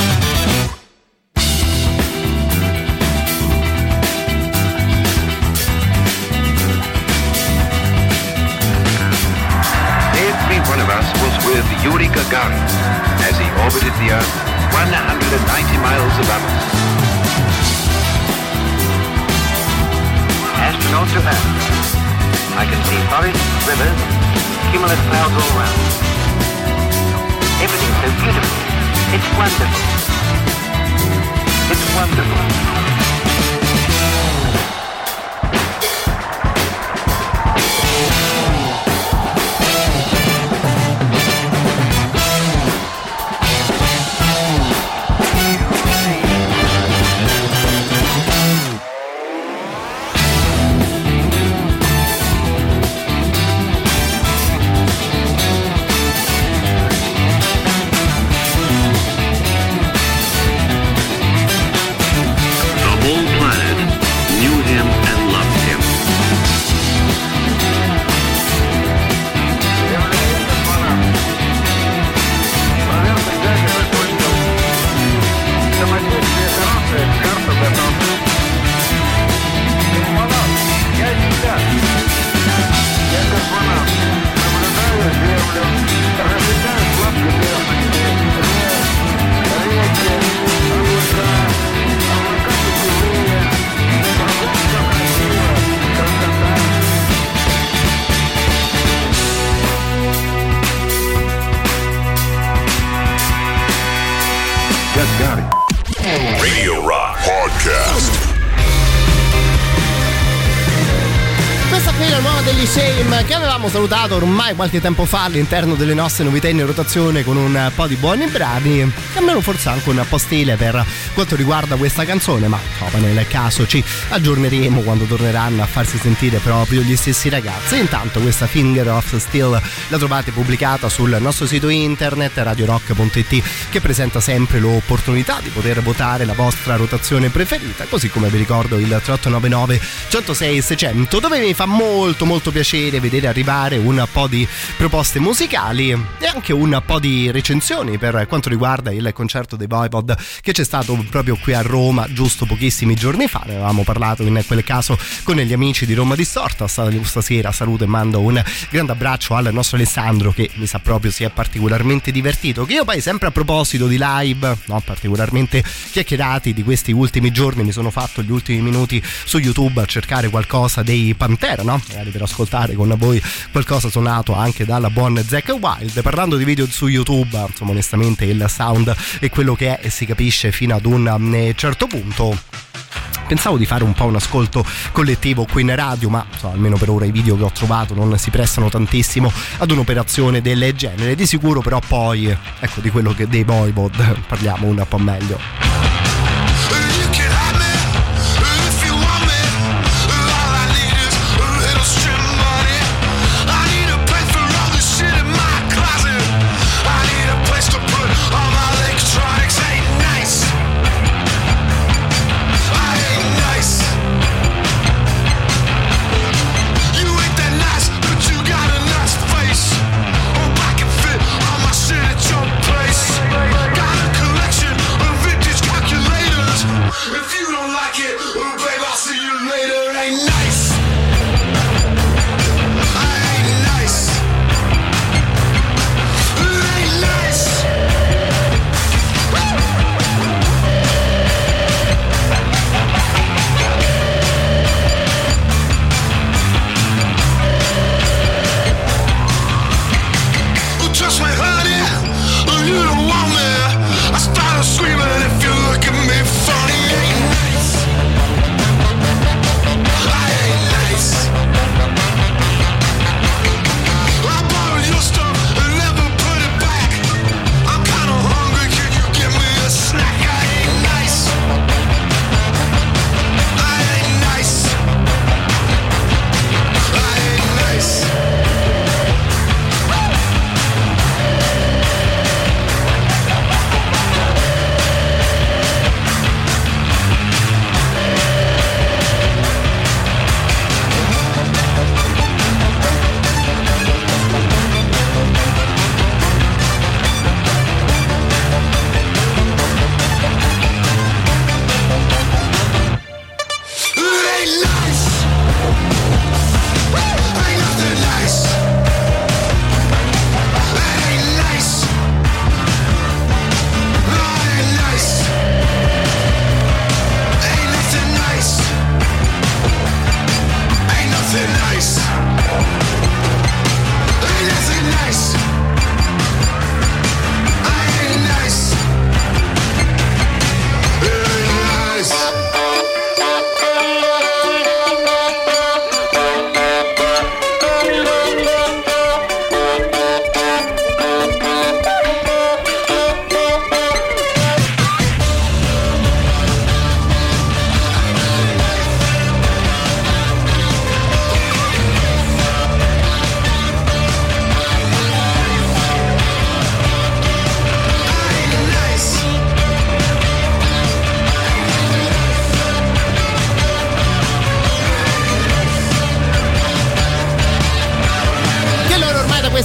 One of us was with Yuri Gagarin as he orbited the Earth 190 miles above us. Astronaut to Earth. I can see forests, rivers, cumulus clouds all around. Everything's so beautiful. It's wonderful. It's wonderful. Radio Rock Podcast. Questa qui è la nuova degli Shame, che avevamo salutato ormai qualche tempo fa all'interno delle nostre novità in rotazione con un po' di buoni brani, che almeno forse anche un po' stile per quanto riguarda questa canzone, ma nel caso ci aggiorneremo quando torneranno a farsi sentire proprio gli stessi ragazzi. Intanto questa Finger of Steel la trovate pubblicata sul nostro sito internet radiorock.it, che presenta sempre l'opportunità di poter votare la vostra rotazione preferita, così come vi ricordo il 3899 106 600, dove mi fa molto piacere vedere arrivare un po' di proposte musicali e anche un po' di recensioni per quanto riguarda il concerto dei Voivod che c'è stato proprio qui a Roma giusto pochissimi giorni fa. Ne avevamo parlato in quel caso con gli amici di Roma Distorta. Stasera saluto e mando un grande abbraccio al nostro Alessandro, che mi sa proprio si è particolarmente divertito, che io poi sempre a proposito di live particolarmente chiacchierati di questi ultimi giorni mi sono fatto gli ultimi minuti su YouTube a cercare qualcosa dei Pantera, magari per ascoltare con voi qualcosa suonato anche dalla buon Zakk Wylde. Parlando di video su YouTube, insomma, onestamente il sound è quello che è e si capisce fino ad un certo punto. Pensavo di fare un po' un ascolto collettivo qui in radio, ma almeno per ora i video che ho trovato non si prestano tantissimo ad un'operazione del genere. Di sicuro però poi, ecco, di quello che dei Voivod parliamo un po' meglio. Got a collection of vintage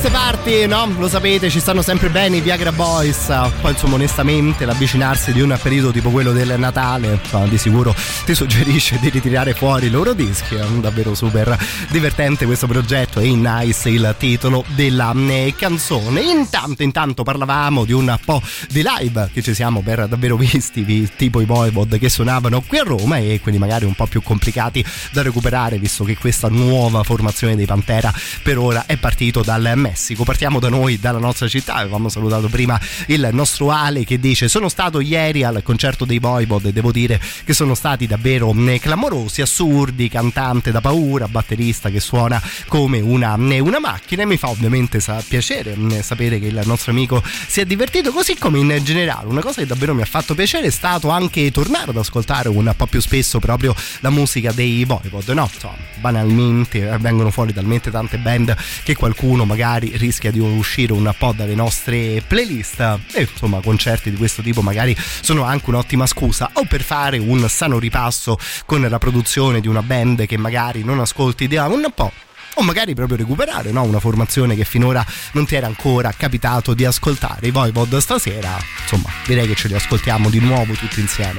queste parti, no? Lo sapete, ci stanno sempre bene i Viagra Boys. Poi insomma onestamente l'avvicinarsi di un periodo tipo quello del Natale, insomma, di sicuro ti suggerisce di ritirare fuori i loro dischi. È davvero super divertente questo progetto e Nice il titolo della canzone. Intanto parlavamo di un po' di live che ci siamo per davvero visti, tipo i Voivod che suonavano qui a Roma, e quelli magari un po' più complicati da recuperare, visto che questa nuova formazione dei Pantera per ora è partito dal Messico. Partiamo da noi, dalla nostra città. Avevamo salutato prima il nostro Ale che dice: sono stato ieri al concerto dei Voivod e devo dire che sono stati davvero clamorosi, assurdi, cantante da paura, batterista che suona come una macchina, e mi fa ovviamente piacere sapere che il nostro amico si è divertito, così come in generale una cosa che davvero mi ha fatto piacere è stato anche tornare ad ascoltare un po' più spesso proprio la musica dei Voivod, no? Insomma, banalmente vengono fuori talmente tante band che qualcuno magari rischia di uscire un po' dalle nostre playlist, e insomma concerti di questo tipo magari sono anche un'ottima scusa o per fare un sano ripasso con la produzione di una band che magari non ascolti da un po', o magari proprio recuperare, no? Una formazione che finora non ti era ancora capitato di ascoltare. I Voivod stasera, insomma, direi che ce li ascoltiamo di nuovo tutti insieme.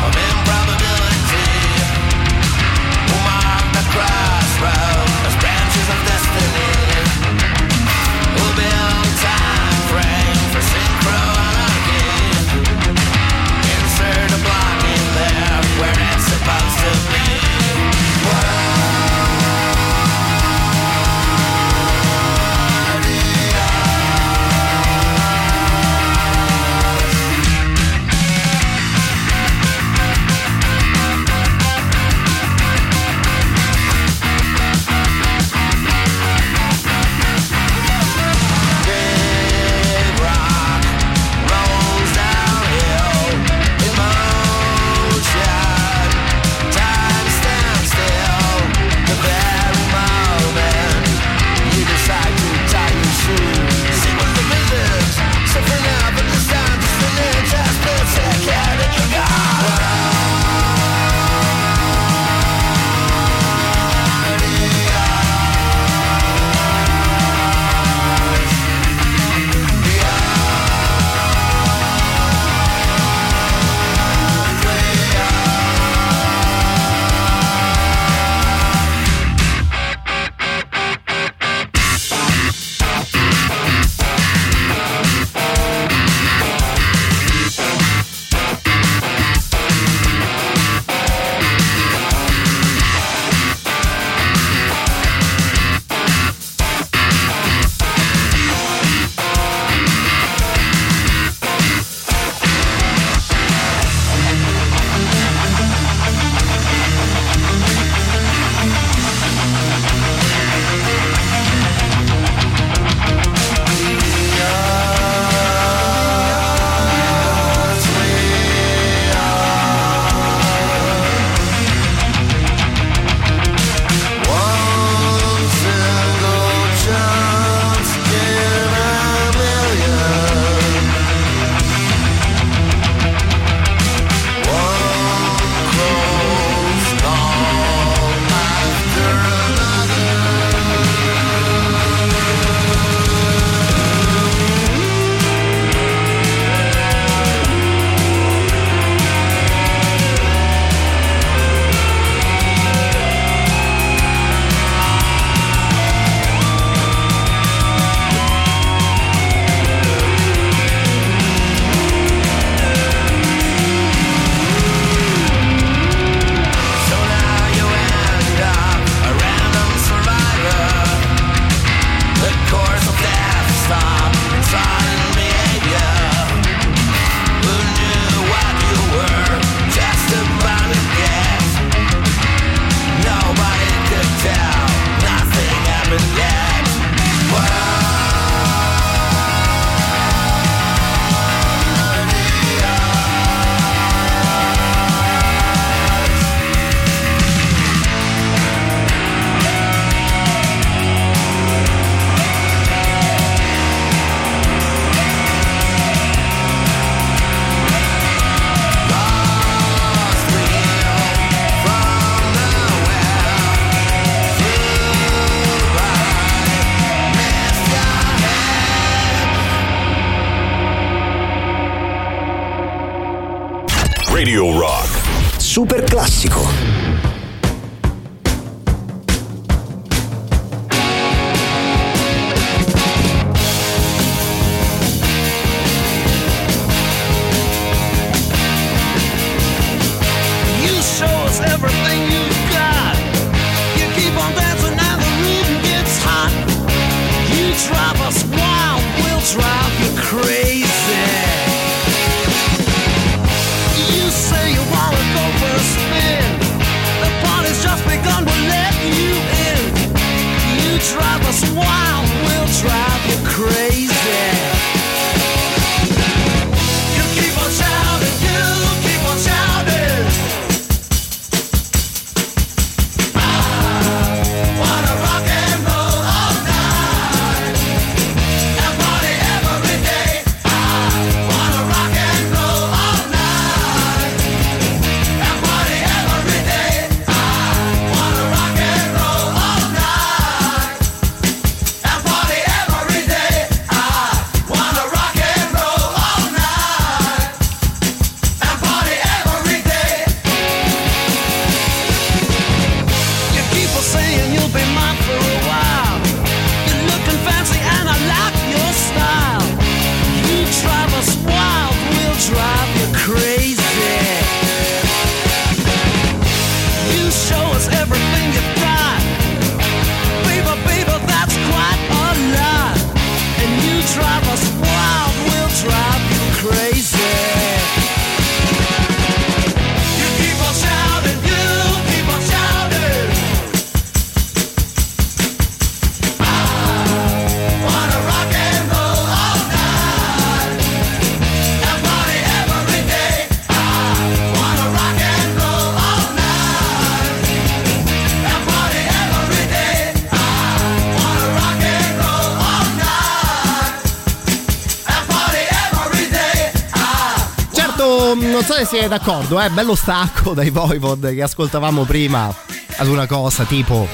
Crossroads, a branch Radio Rock. Super classico. Everything you've got, you keep on dancing and the rhythm gets hot. You drive us wild, we'll drive you crazy. You say you wanna go for a spin, the party's just begun, we'll let you in. You drive us wild, we'll drive you crazy. You keep on shouting, you keep on shouting. Non so se siete d'accordo, bello stacco dai Voivod che ascoltavamo prima ad una cosa tipo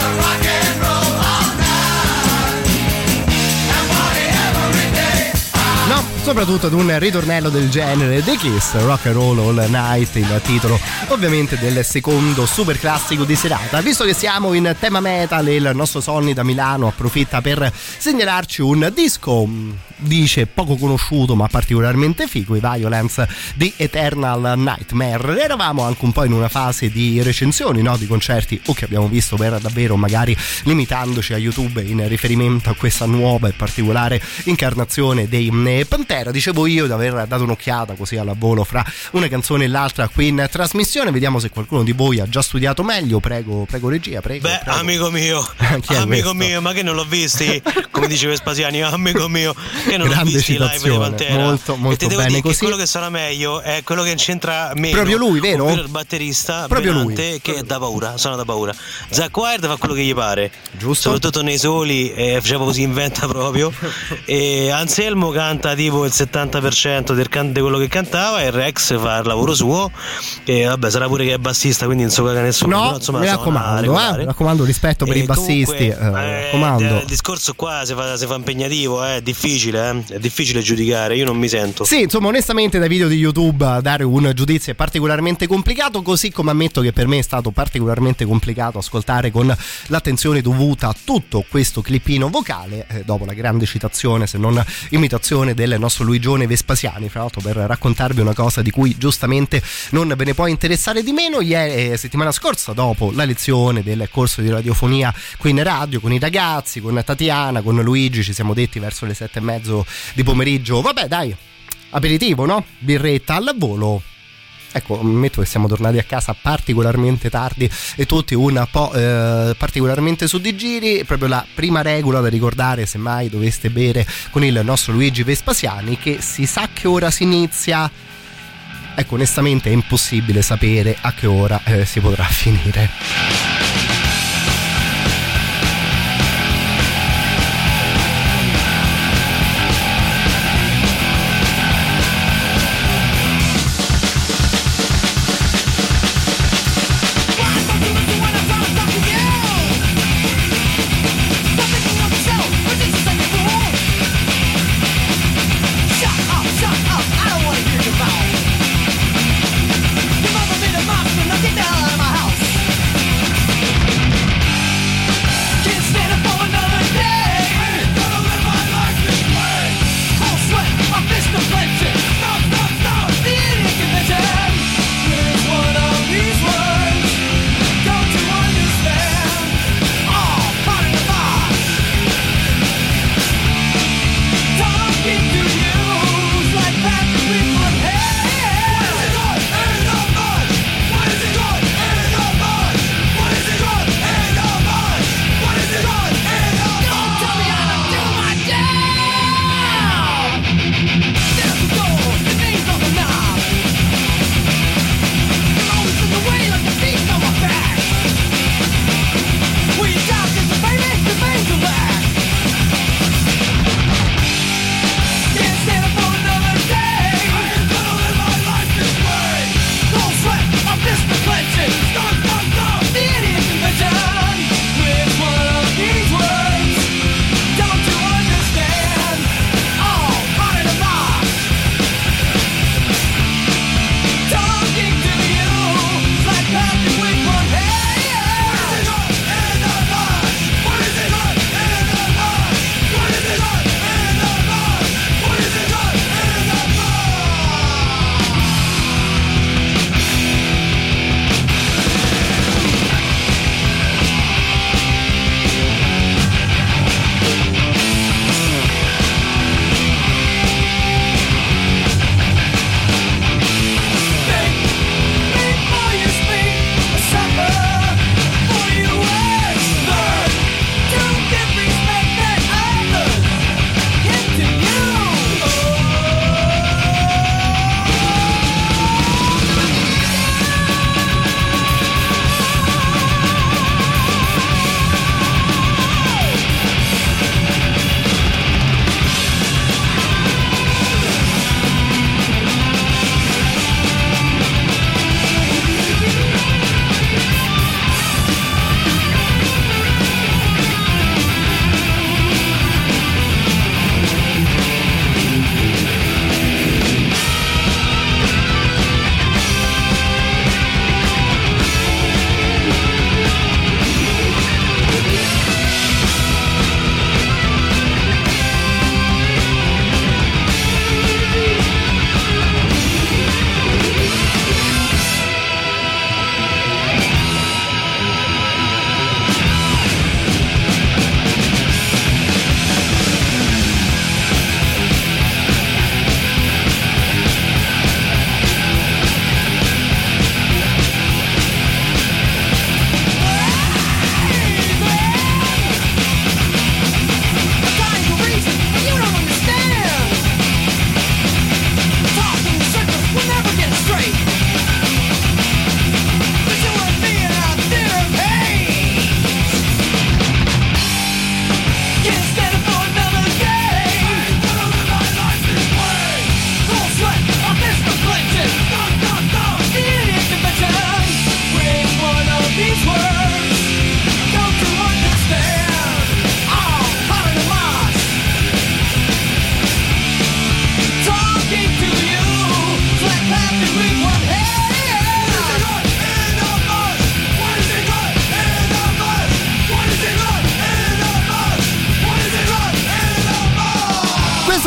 no, soprattutto ad un ritornello del genere. The Kiss, Rock and Roll All Night, il titolo ovviamente del secondo super classico di serata. Visto che siamo in tema metal, il nostro Sonny da Milano approfitta per segnalarci un disco, dice poco conosciuto ma particolarmente figo, i Violence di Eternal Nightmare. Eravamo anche un po' in una fase di recensioni, no? Di concerti o che abbiamo visto per davvero, magari limitandoci a YouTube in riferimento a questa nuova e particolare incarnazione dei Pantera. Dicevo io di aver dato un'occhiata così alla volo fra una canzone e l'altra qui in trasmissione. Vediamo se qualcuno di voi ha già studiato meglio. Prego regia, prego. Beh, prego. Amico mio, ma che non l'ho visti, come diceva Vespasiani, amico mio, che non l'ho visti live di Pantera. Molto bene così. Che quello che sarà meglio è quello che c'entra meno, proprio lui, vero? Il batterista proprio Benante, lui, che è da paura, sono da paura. Zack Wild fa quello che gli pare, giusto, soprattutto nei soli, faceva così, inventa proprio. E Anselmo canta tipo il 70% di quello che cantava, e Rex fa il lavoro suo, e vabbè, sarà pure che è bassista, quindi non so caga nessuno. No, però, insomma, mi raccomando, rispetto per i bassisti. Il discorso qua si fa impegnativo, è difficile giudicare, io non mi sento. Sì, insomma, onestamente dai video di YouTube dare un giudizio è particolarmente complicato, così come ammetto che per me è stato particolarmente complicato ascoltare con l'attenzione dovuta tutto questo clippino vocale, dopo la grande citazione, se non imitazione, del nostro Luigione Vespasiani, fra l'altro per raccontarvi una cosa di cui giustamente non ve ne può interessare di meno. Ieri, settimana scorsa, dopo la lezione del corso di radiofonia qui in radio con i ragazzi, con Tatiana, con Luigi, ci siamo detti verso le 7:30 di pomeriggio, vabbè dai, aperitivo, no? Birretta al volo. Ecco, ammetto che siamo tornati a casa particolarmente tardi e tutti un po' particolarmente su di giri. Proprio la prima regola da ricordare, se mai doveste bere con il nostro Luigi Vespasiani, che si sa che ora si inizia. Ecco, onestamente è impossibile sapere a che ora si potrà finire. Shut up, I don't wanna hear your mouth.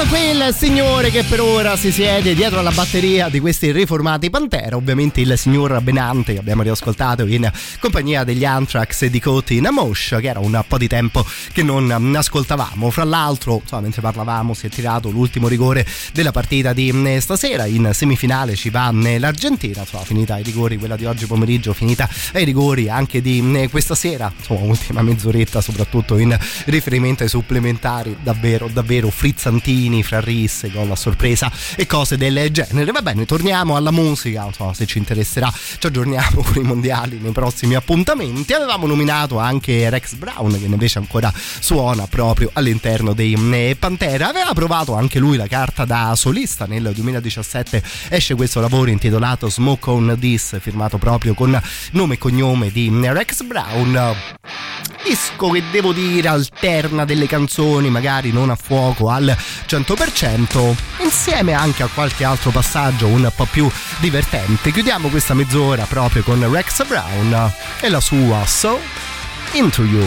Quel signore che per ora si siede dietro alla batteria di questi riformati Pantera, ovviamente il signor Benante, che abbiamo riascoltato in compagnia degli Anthrax e di Caught in a Mosh, che era un po' di tempo che non ascoltavamo. Fra l'altro, insomma, mentre parlavamo si è tirato l'ultimo rigore della partita di stasera. In semifinale ci va l'Argentina, insomma, finita ai rigori quella di oggi pomeriggio, finita ai rigori anche di questa sera, insomma, ultima mezz'oretta soprattutto in riferimento ai supplementari davvero frizzantini, fra risse, gol a sorpresa e cose del genere. Va bene, torniamo alla musica, insomma, se ci interesserà ci aggiorniamo con i mondiali nei prossimi appuntamenti. Avevamo nominato anche Rex Brown, che invece ancora suona proprio all'interno dei Pantera. Aveva provato anche lui la carta da solista, nel 2017 esce questo lavoro intitolato Smoke on This, firmato proprio con nome e cognome di Rex Brown. Disco che devo dire alterna delle canzoni magari non a fuoco al 100%, insieme anche a qualche altro passaggio un po' più divertente. Chiudiamo questa mezz'ora proprio con Rex Brown e la sua So Into You.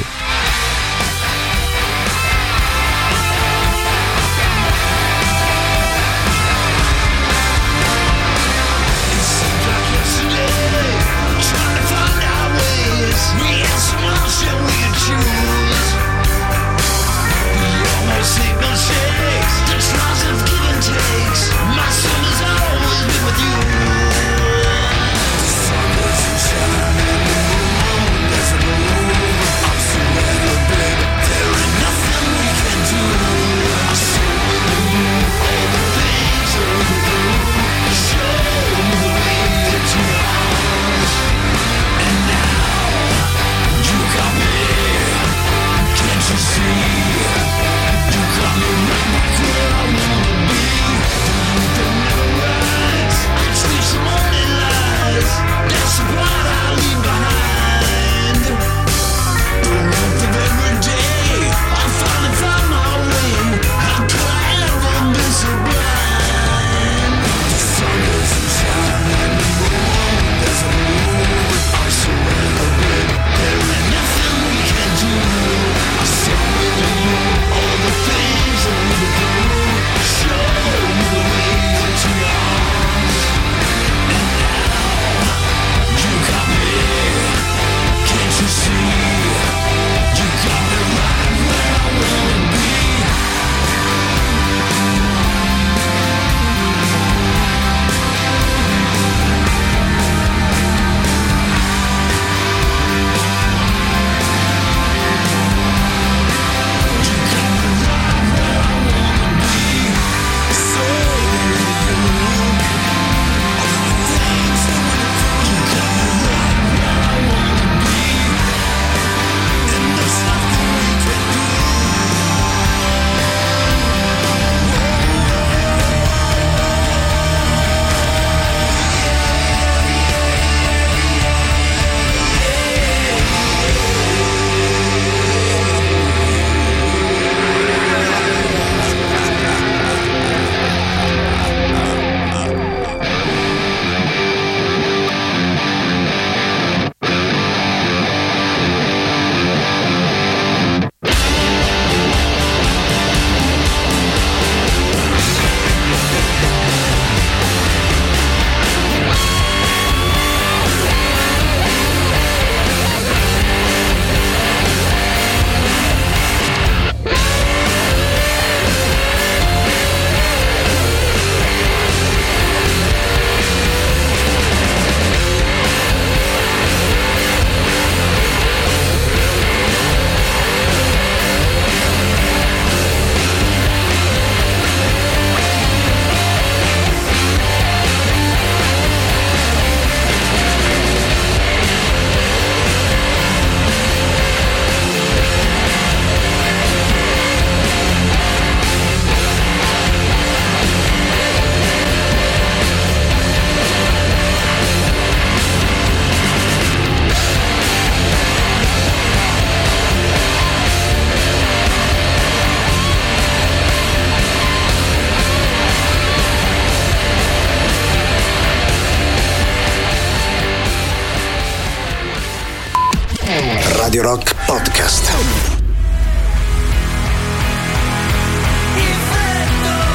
Radio Rock Podcast. Infetto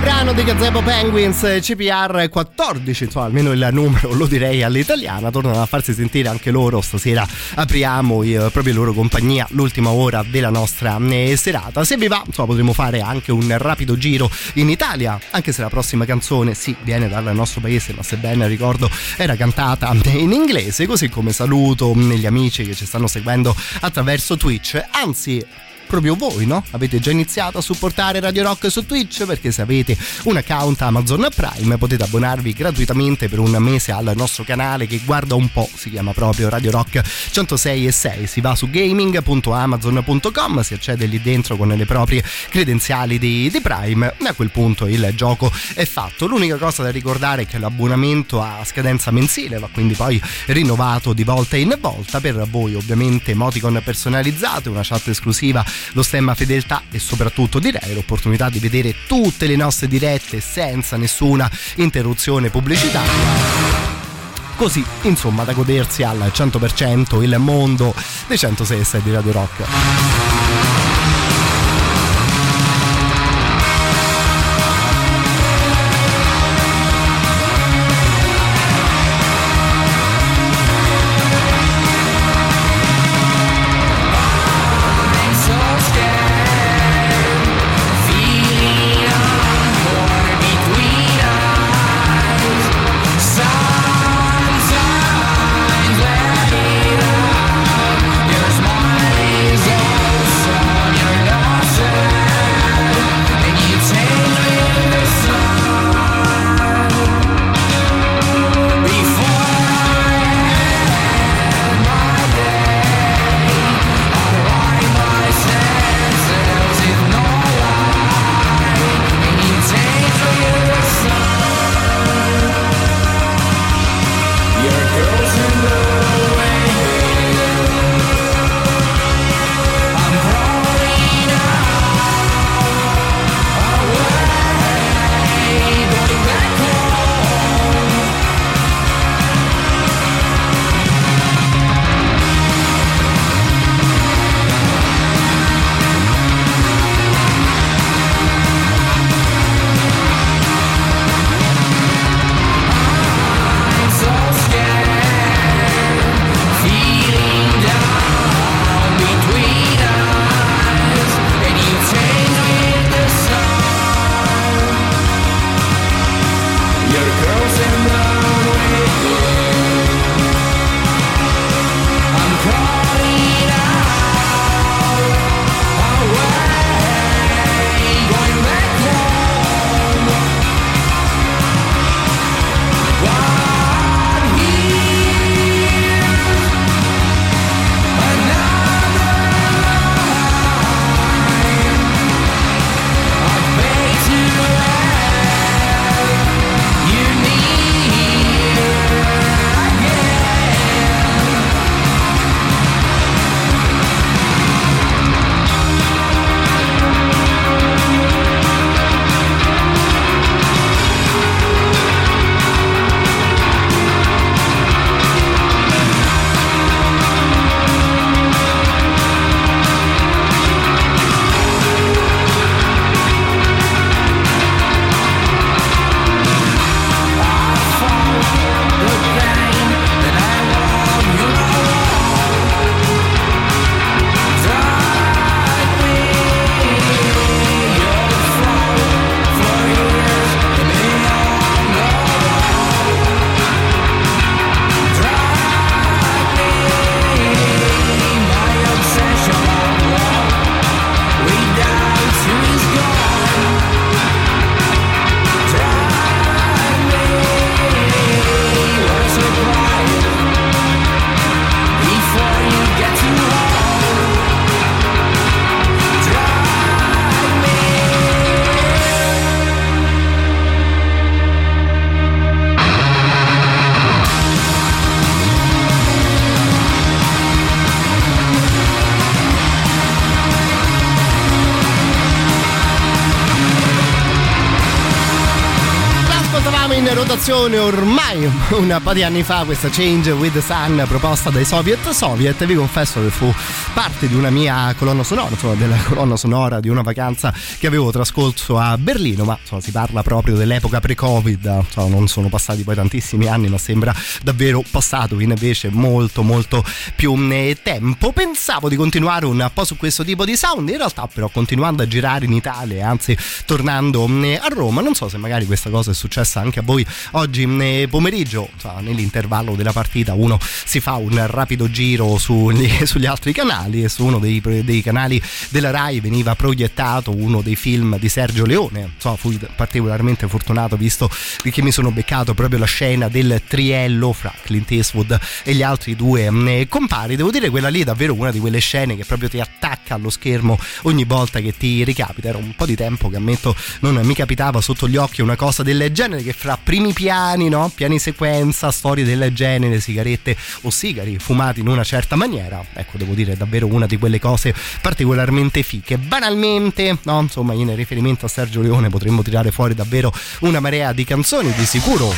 Brano di Gazebo Penguins, CPR 14, insomma almeno il numero lo direi all'italiana. Tornano a farsi sentire anche loro. Stasera apriamo proprio loro compagnia l'ultima ora della nostra serata. Se vi va, insomma, potremo fare anche un rapido giro in Italia, anche se la prossima canzone sì viene dal nostro paese, ma se ben ricordo era cantata in inglese. Così come saluto gli amici che ci stanno seguendo attraverso Twitch, anzi proprio voi, no? Avete già iniziato a supportare Radio Rock su Twitch, perché se avete un account Amazon Prime potete abbonarvi gratuitamente per un mese al nostro canale che guarda un po', si chiama proprio Radio Rock 106.6. Si va su gaming.amazon.com, si accede lì dentro con le proprie credenziali di Prime e a quel punto il gioco è fatto. L'unica cosa da ricordare è che l'abbonamento a scadenza mensile va quindi poi rinnovato di volta in volta. Per voi ovviamente emoticon personalizzate, una chat esclusiva, lo stemma fedeltà e soprattutto direi l'opportunità di vedere tutte le nostre dirette senza nessuna interruzione pubblicitaria, così insomma da godersi al 100% il mondo dei 106.6 di Radio Rock. Sometimes let it out. Your smile is all ascoltavamo in rotazione ormai un po' di anni fa questa Change with the Sun proposta dai Soviet. Vi confesso che fu parte di una mia colonna sonora, insomma della colonna sonora di una vacanza che avevo trascorso a Berlino, ma insomma si parla proprio dell'epoca pre-Covid, insomma, non sono passati poi tantissimi anni, ma sembra davvero passato invece molto più tempo. Pensavo di continuare un po' su questo tipo di sound, in realtà però continuando a girare in Italia, anzi tornando a Roma, non so se magari questa cosa è successa anche a voi oggi pomeriggio, insomma, nell'intervallo della partita uno si fa un rapido giro sugli altri canali, e su uno dei canali della Rai veniva proiettato uno dei film di Sergio Leone. Insomma, fui particolarmente fortunato visto che mi sono beccato proprio la scena del triello fra Clint Eastwood e gli altri due compari. Devo dire, quella lì è davvero una di quelle scene che proprio ti attacca allo schermo ogni volta che ti ricapita. Era un po' di tempo che, ammetto, non mi capitava sotto gli occhi una cosa del genere, che fra primi piani, no? Piani sequenza, storie del genere, sigarette o sigari fumati in una certa maniera, ecco, devo dire, è davvero una di quelle cose particolarmente fiche. Banalmente, no? Insomma, in riferimento a Sergio Leone potremmo tirare fuori davvero una marea di canzoni. Di sicuro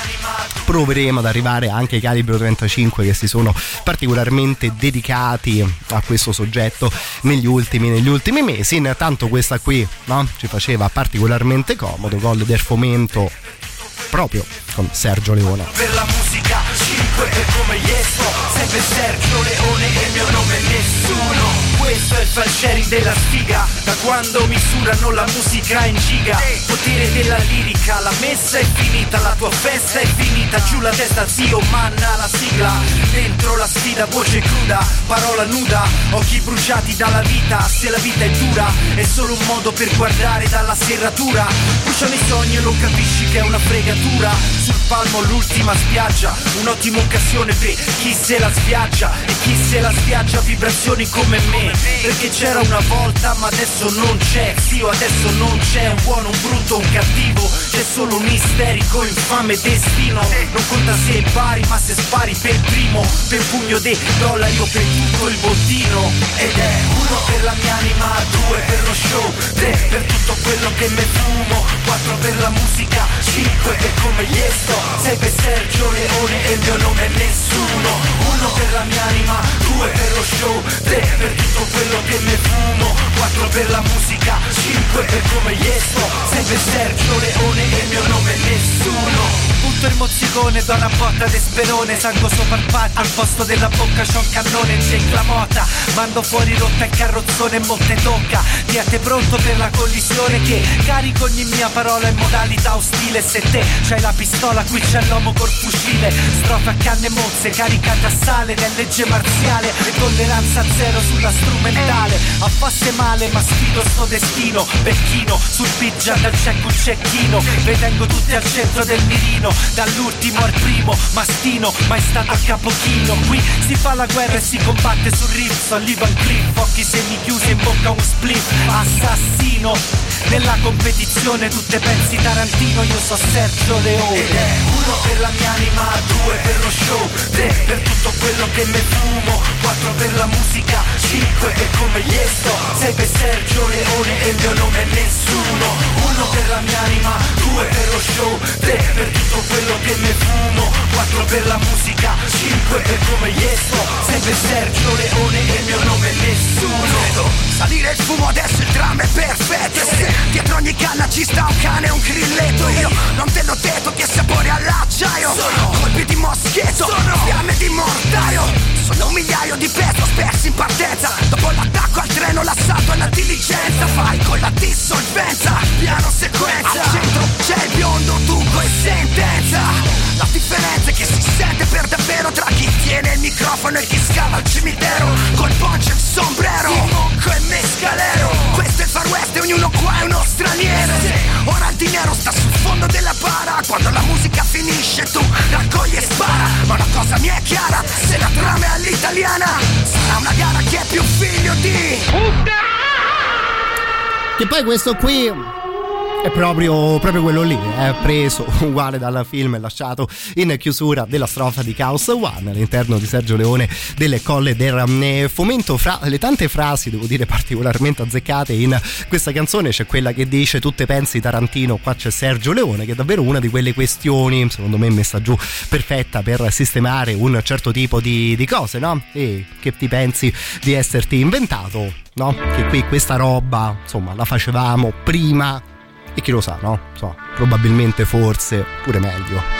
proveremo ad arrivare anche ai Calibro 35, che si sono particolarmente dedicati a questo soggetto negli ultimi mesi. Intanto questa qui, no? Ci faceva particolarmente comodo, gol del Fomento proprio con Sergio Leone. Per la musica 5 è come Yeso, sempre Sergio Leone e il mio nome è nessuno. Questo è il falcieri della sfiga, da quando misurano la musica in giga. Potere della lirica, la messa è finita, la tua festa è finita. Giù la testa zio, manna la sigla. Dentro la sfida, voce cruda, parola nuda, occhi bruciati dalla vita. Se la vita è dura, è solo un modo per guardare dalla serratura. Bruciano i sogni e lo capisci che è una fregatura. Sul palmo l'ultima spiaggia, un'ottima occasione per chi se la sviaggia. E chi se la sviaggia vibrazioni come me, perché c'era una volta ma adesso non c'è. Zio, adesso non c'è un buono, un brutto, un cattivo, c'è solo un isterico infame destino. Non conta se pari ma se spari per primo, per pugno dei dollari o per tutto il bottino. Ed è 1 per la mia anima, 2 per lo show, 3 per tutto quello che me fumo, 4 per la musica, 5 è come Yesto, 6 per Sergio Leone e il mio nome è nessuno. 1 per la mia anima, 2 per lo show, 3 per tutto quello che me fumo, 4 per la musica, 5 è come Yesto, 6 per Sergio Leone e il mio nome è nessuno. Butto il mozzicone, do una botta de sperone, sangue sopra il patto, al posto della bocca c'ho un cannone, c'è la mota, mando fuori rotta e carrozzone e molte tocca. Tiate pronto per la collisione che carico ogni mia parola in modalità ostile. Se te c'hai la pistola, qui c'è l'uomo col fucile. Strofe a canne mozze, caricata a sale nel legge marziale, e tolleranza zero sulla strumentale. Affasse male ma sfido sto destino, becchino sul pigia dal cecco un cecchino. Vedengo tutti al centro del mirino, dall'ultimo al primo, mastino, mai stato a capochino. Qui si fa la guerra e si combatte sul riff, Sullivan Cliff, occhi semichiusi in bocca un split. Assassino, nella competizione tutte pensi Tarantino, io so Sergio Leone. Ed è 1 per la mia anima, 2 per lo show, 3 per tutto quello che me fumo, 4 per la musica, 5 è come Yesto, 6 per Sergio Leone e il mio nome è nessuno. 1 per la mia anima, 2 per lo show, 3 per tutto quello che me fumo, 4 per la musica, 5 è come Yesto, 6 per Sergio Leone e il mio nome è nessuno. Vedo salire il fumo, adesso il dramma è perfetto, e se dietro ogni canna ci sta un cane e un grilletto, io non te l'ho detto che sapore all'acciaio, sono colpi di moschetto, sono fiamme di mortaio, sono un migliaio di peso spersi in partenza. Dopo l'attacco al treno, l'assalto alla diligenza, fai con la dissolvenza, piano sequenza. Al centro c'è il biondo, dunque sentenza. La differenza è che si sente per davvero tra chi tiene il microfono e chi scava al cimitero, col poncho e il sombrero, monco e mescalero. Questo è il Far West e ognuno qua è uno straniero. Ora il dinero sta sul fondo della bara, quando la musica finisce tu raccogli e spara. Ma una cosa mi è chiara, se la trama è all'italiana sarà una gara che è più figlio di... Che poi questo qui È proprio quello lì, è preso uguale dal film e lasciato in chiusura della strofa di Chaos One all'interno di Sergio Leone delle Colle del Fomento. Fra le tante frasi, devo dire, particolarmente azzeccate in questa canzone c'è quella che dice: tu te pensi Tarantino, qua c'è Sergio Leone, che è davvero una di quelle questioni, secondo me, messa giù perfetta per sistemare un certo tipo di cose, no? E che ti pensi di esserti inventato, no? Che qui questa roba, insomma, la facevamo prima. E chi lo sa, no? So, probabilmente, forse, pure meglio.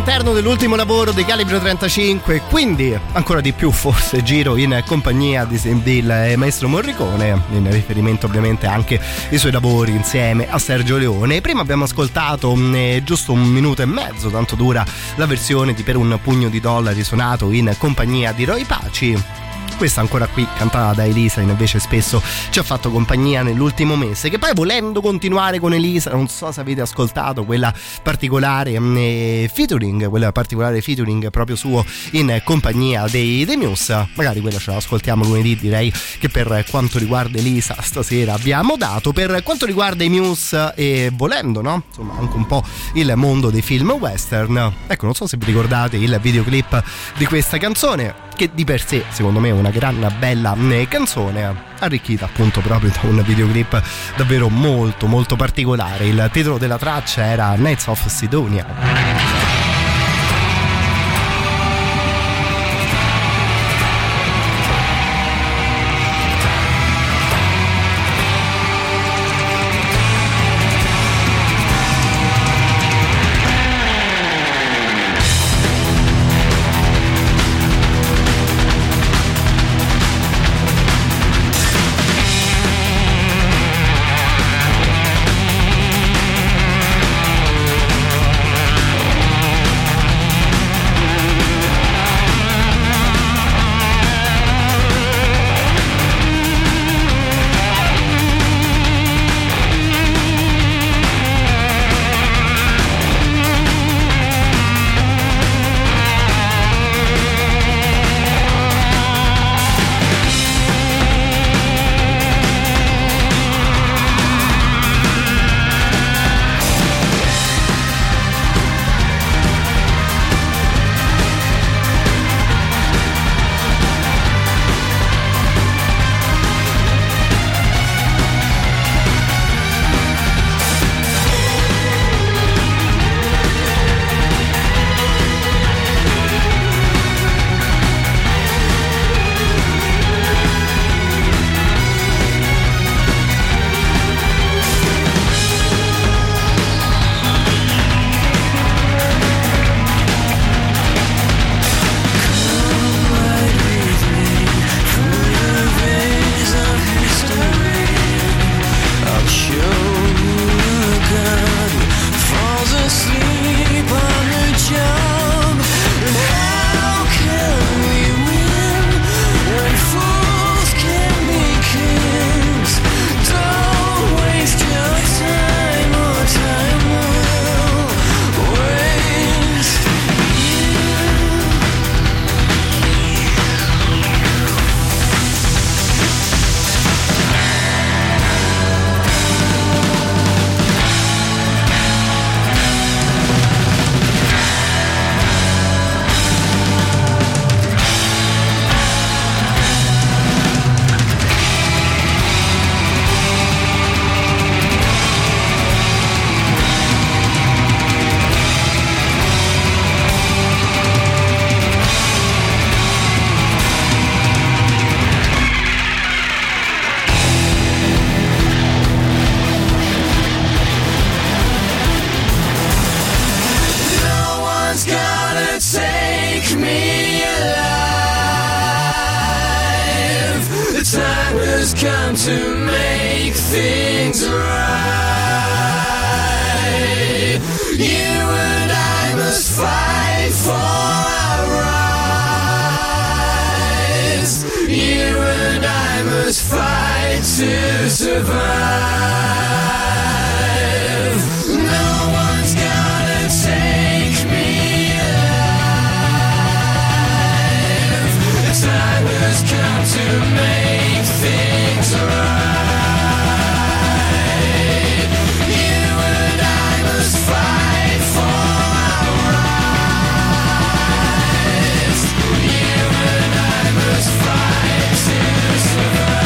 all'interno dell'ultimo lavoro di Calibro 35, quindi ancora di più forse giro in compagnia del maestro Morricone, in riferimento ovviamente anche ai suoi lavori insieme a Sergio Leone. Prima abbiamo ascoltato giusto 1 minuto e mezzo, tanto dura la versione di Per un pugno di dollari, suonato in compagnia di Roy Paci. Questa ancora qui cantata da Elisa, invece spesso ci ha fatto compagnia nell'ultimo mese, che poi volendo continuare con Elisa, non so se avete ascoltato quella particolare featuring proprio suo in compagnia dei Muse, magari quella ce la ascoltiamo lunedì. Direi che per quanto riguarda Elisa stasera abbiamo dato. Per quanto riguarda i Muse e volendo, no? Insomma, anche un po' il mondo dei film western, ecco, non so se vi ricordate il videoclip di questa canzone, che di per sé secondo me è una gran bella canzone, arricchita appunto proprio da un videoclip davvero molto molto particolare. Il titolo della traccia era Nights of Sidonia. come to make things right. You and I must fight for our rights. You and I must fight to survive. No one's gonna take me alive. The time has come to make things right. You and I must fight for our rights. You and I must fight to survive.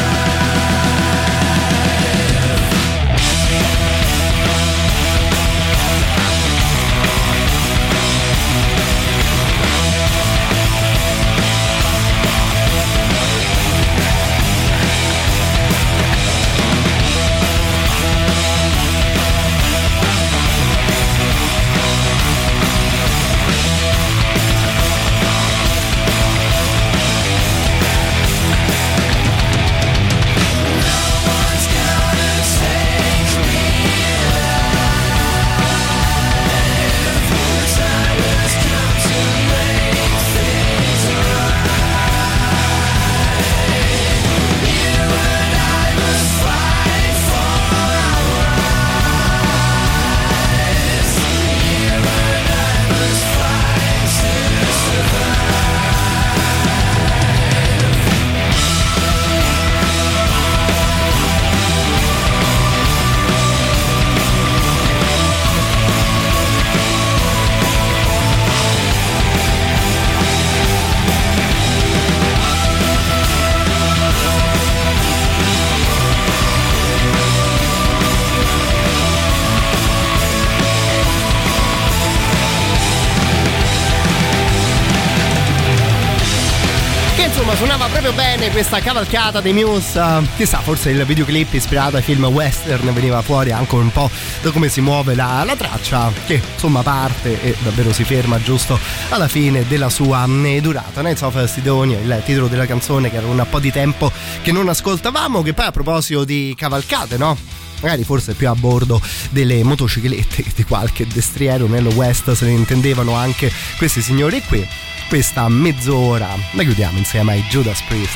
Che insomma suonava proprio bene questa cavalcata dei Muse. Chissà, forse il videoclip ispirato ai film western veniva fuori anche un po' da come si muove la traccia, che insomma parte e davvero si ferma giusto alla fine della sua durata. Nights of Sidonia, il titolo della canzone, che era un po' di tempo che non ascoltavamo. Che poi, a proposito di cavalcate, no? Magari forse più a bordo delle motociclette che di qualche destriero nel West se ne intendevano anche questi signori qui. Questa mezz'ora la chiudiamo insieme ai Judas Priest.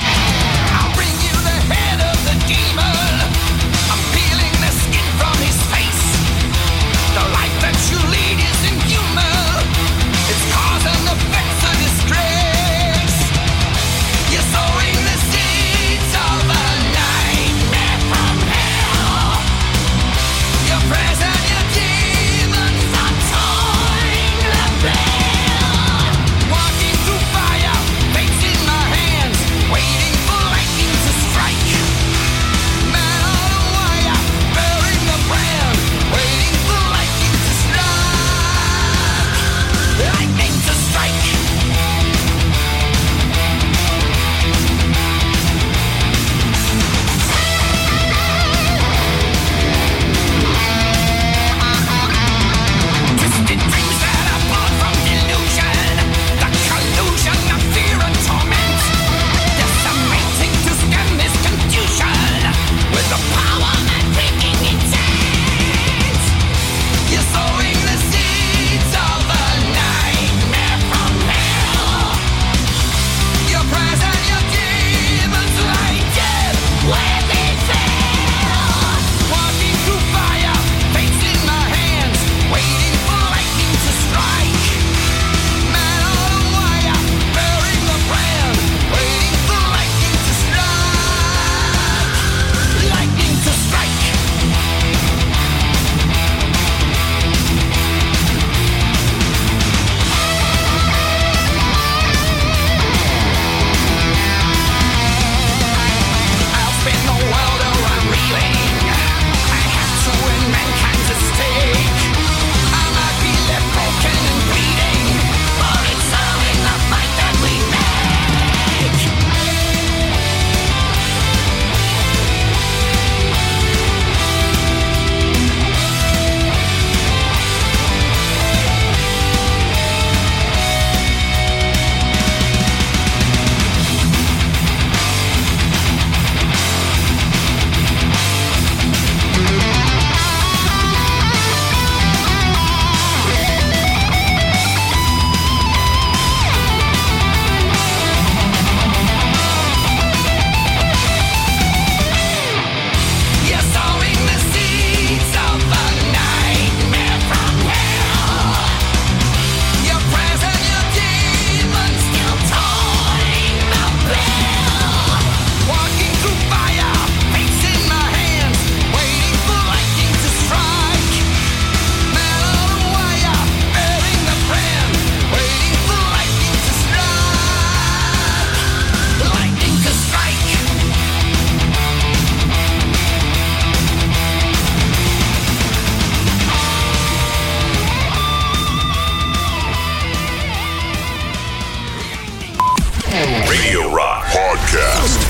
Radio Rock Podcast.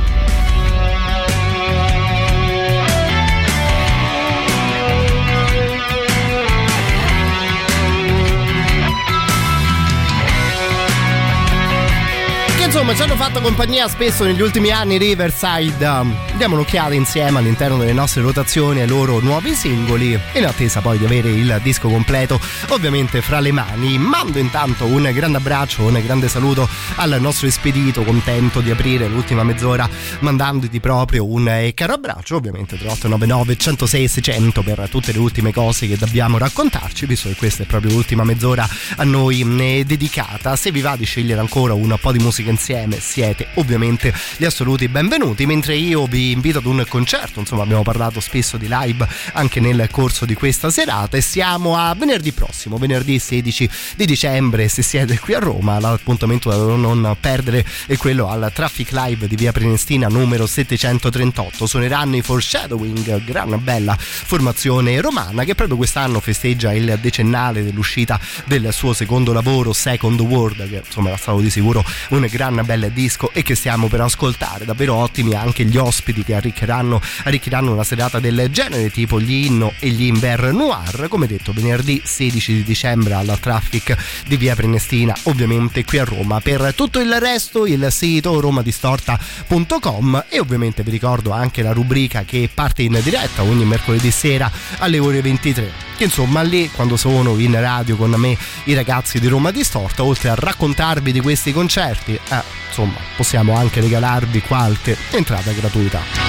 Insomma, ci hanno fatto compagnia spesso negli ultimi anni Riverside. Diamo un'occhiata insieme all'interno delle nostre rotazioni ai loro nuovi singoli, in attesa poi di avere il disco completo ovviamente fra le mani. Mando intanto un grande abbraccio, un grande saluto al nostro Espedito, contento di aprire l'ultima mezz'ora mandandoti proprio un caro abbraccio, ovviamente 3899 106 600 per tutte le ultime cose che dobbiamo raccontarci, visto che questa è proprio l'ultima mezz'ora a noi dedicata. Se vi va di scegliere ancora un po' di musica insieme, siete ovviamente gli assoluti benvenuti, mentre io vi invito ad un concerto. Insomma, abbiamo parlato spesso di live anche nel corso di questa serata e siamo a venerdì prossimo, venerdì 16 di dicembre. Se siete qui a Roma, l'appuntamento da non perdere è quello al Traffic Live di via Prenestina numero 738. Suoneranno i Foreshadowing, gran bella formazione romana che proprio quest'anno festeggia il decennale dell'uscita del suo secondo lavoro, Second World, che insomma era stato di sicuro un gran gran bel disco e che stiamo per ascoltare. Davvero ottimi anche gli ospiti che arricchiranno una serata del genere, tipo gli Inno e gli Inver Noir, come detto venerdì 16 di dicembre alla Traffic di via Prenestina, ovviamente qui a Roma. Per tutto il resto il sito romadistorta.com, e ovviamente vi ricordo anche la rubrica che parte in diretta ogni mercoledì sera alle ore 23, che insomma lì, quando sono in radio con me i ragazzi di Roma Distorta, oltre a raccontarvi di questi concerti, insomma possiamo anche regalarvi qualche entrata gratuita.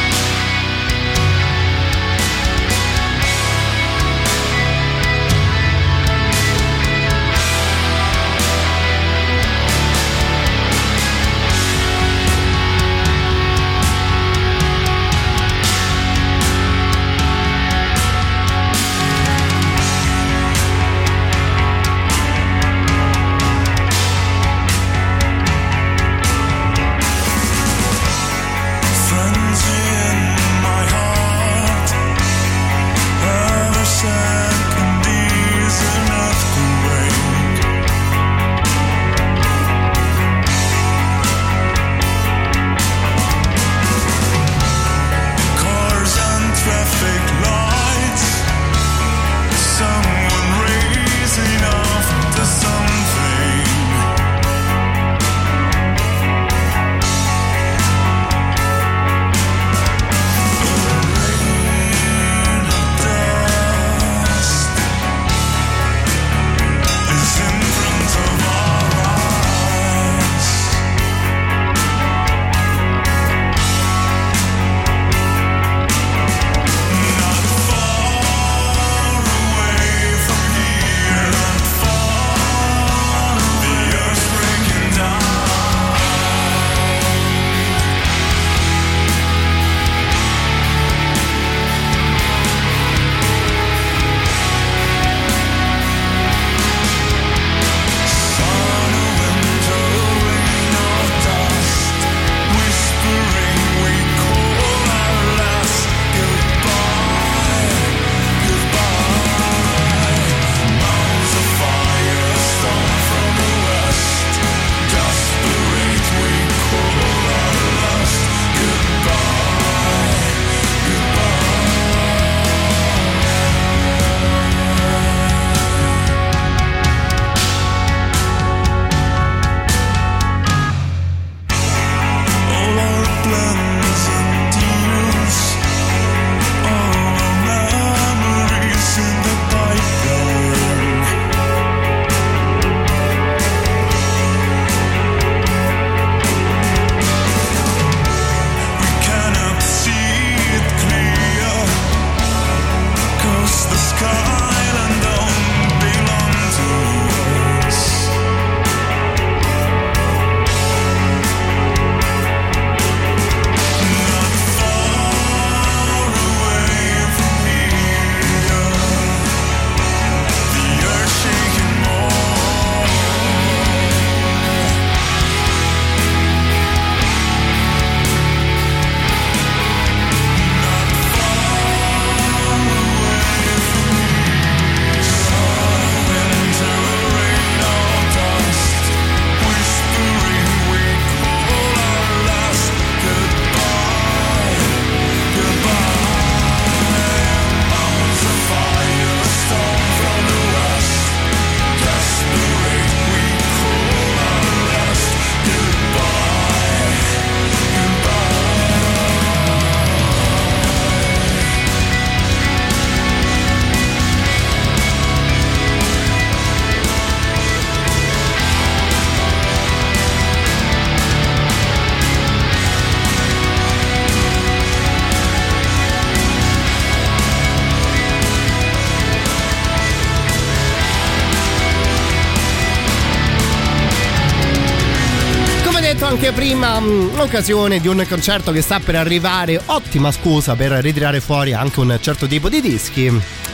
Anche prima l'occasione di un concerto che sta per arrivare, ottima scusa per ritirare fuori anche un certo tipo di dischi.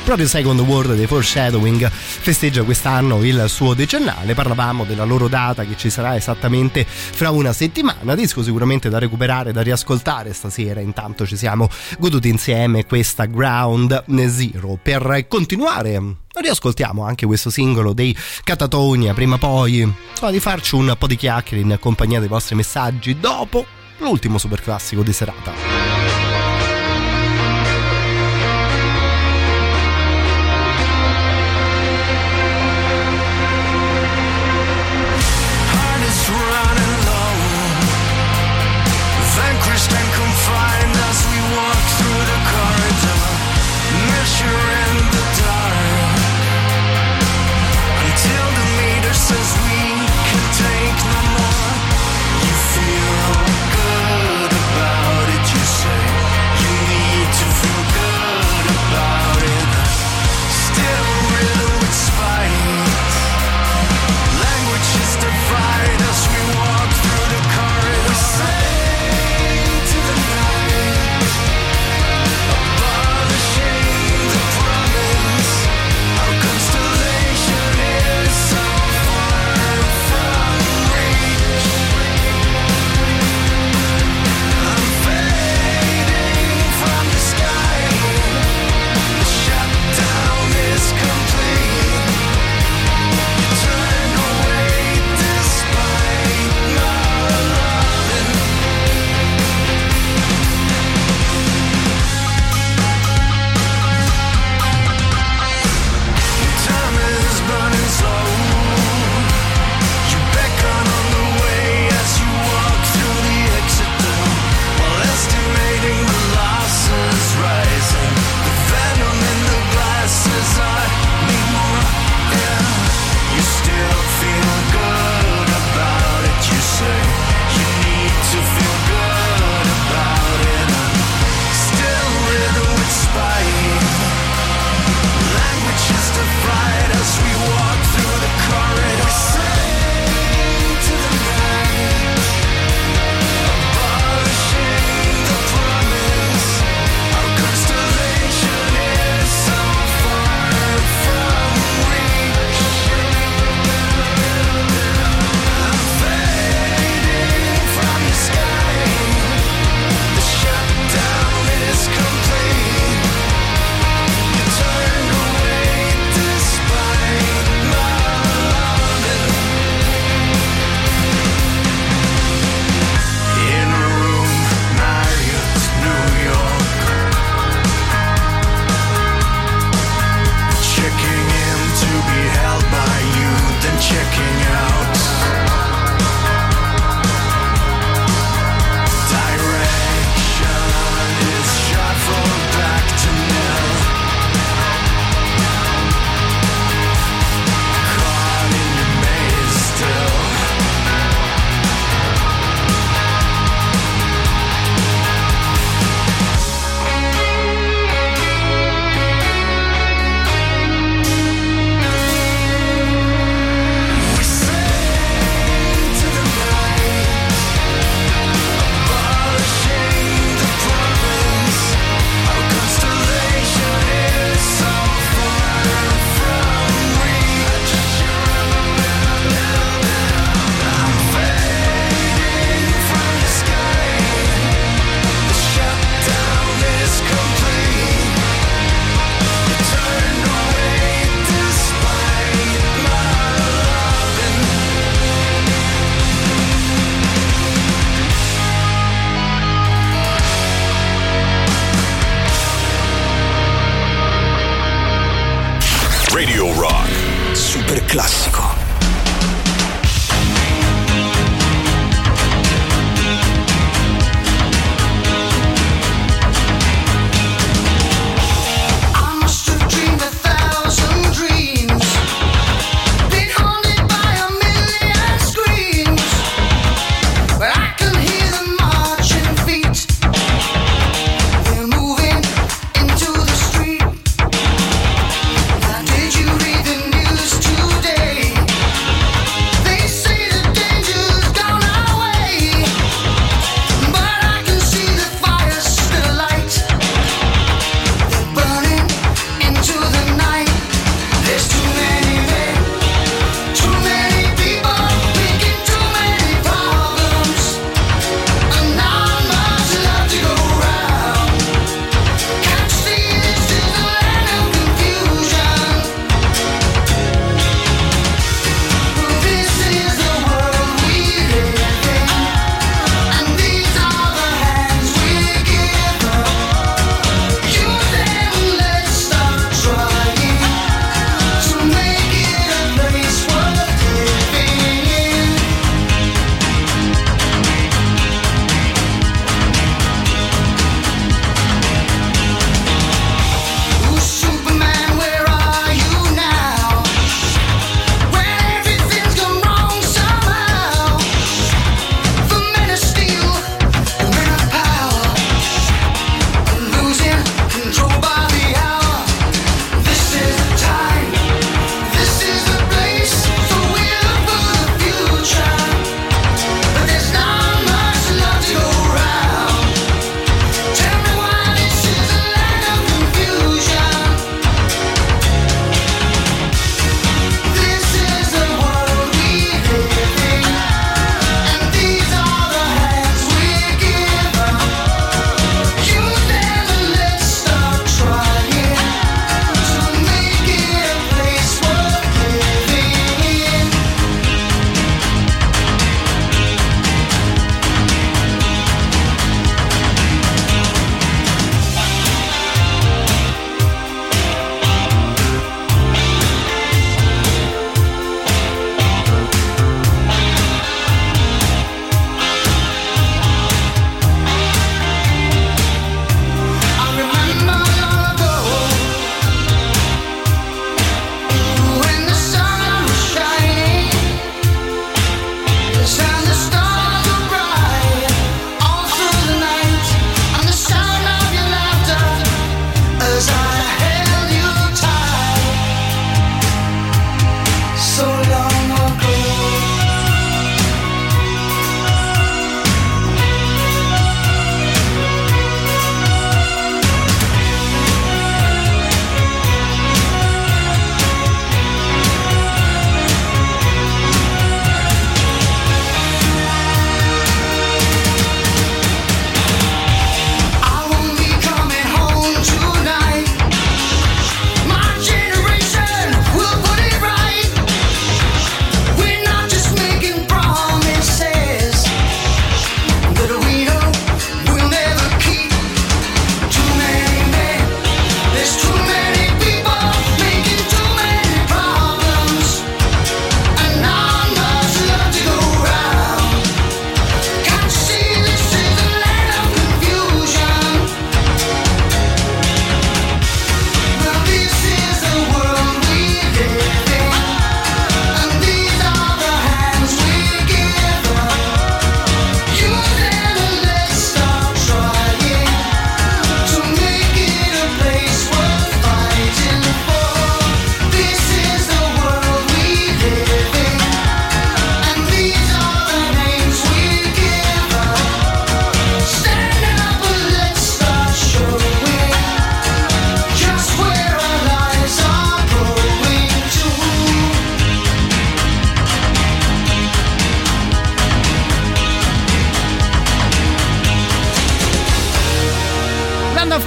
Proprio Second World dei Foreshadowing festeggia quest'anno il suo decennale. Parlavamo della loro data che ci sarà esattamente fra una settimana, disco sicuramente da recuperare, da riascoltare stasera. Intanto ci siamo goduti insieme questa Ground Zero. Per continuare riascoltiamo anche questo singolo dei Catatonia, prima poi di farci un po' di chiacchiere in compagnia dei vostri messaggi dopo l'ultimo super classico di serata. Says we can take no more. You feel good about it yourself.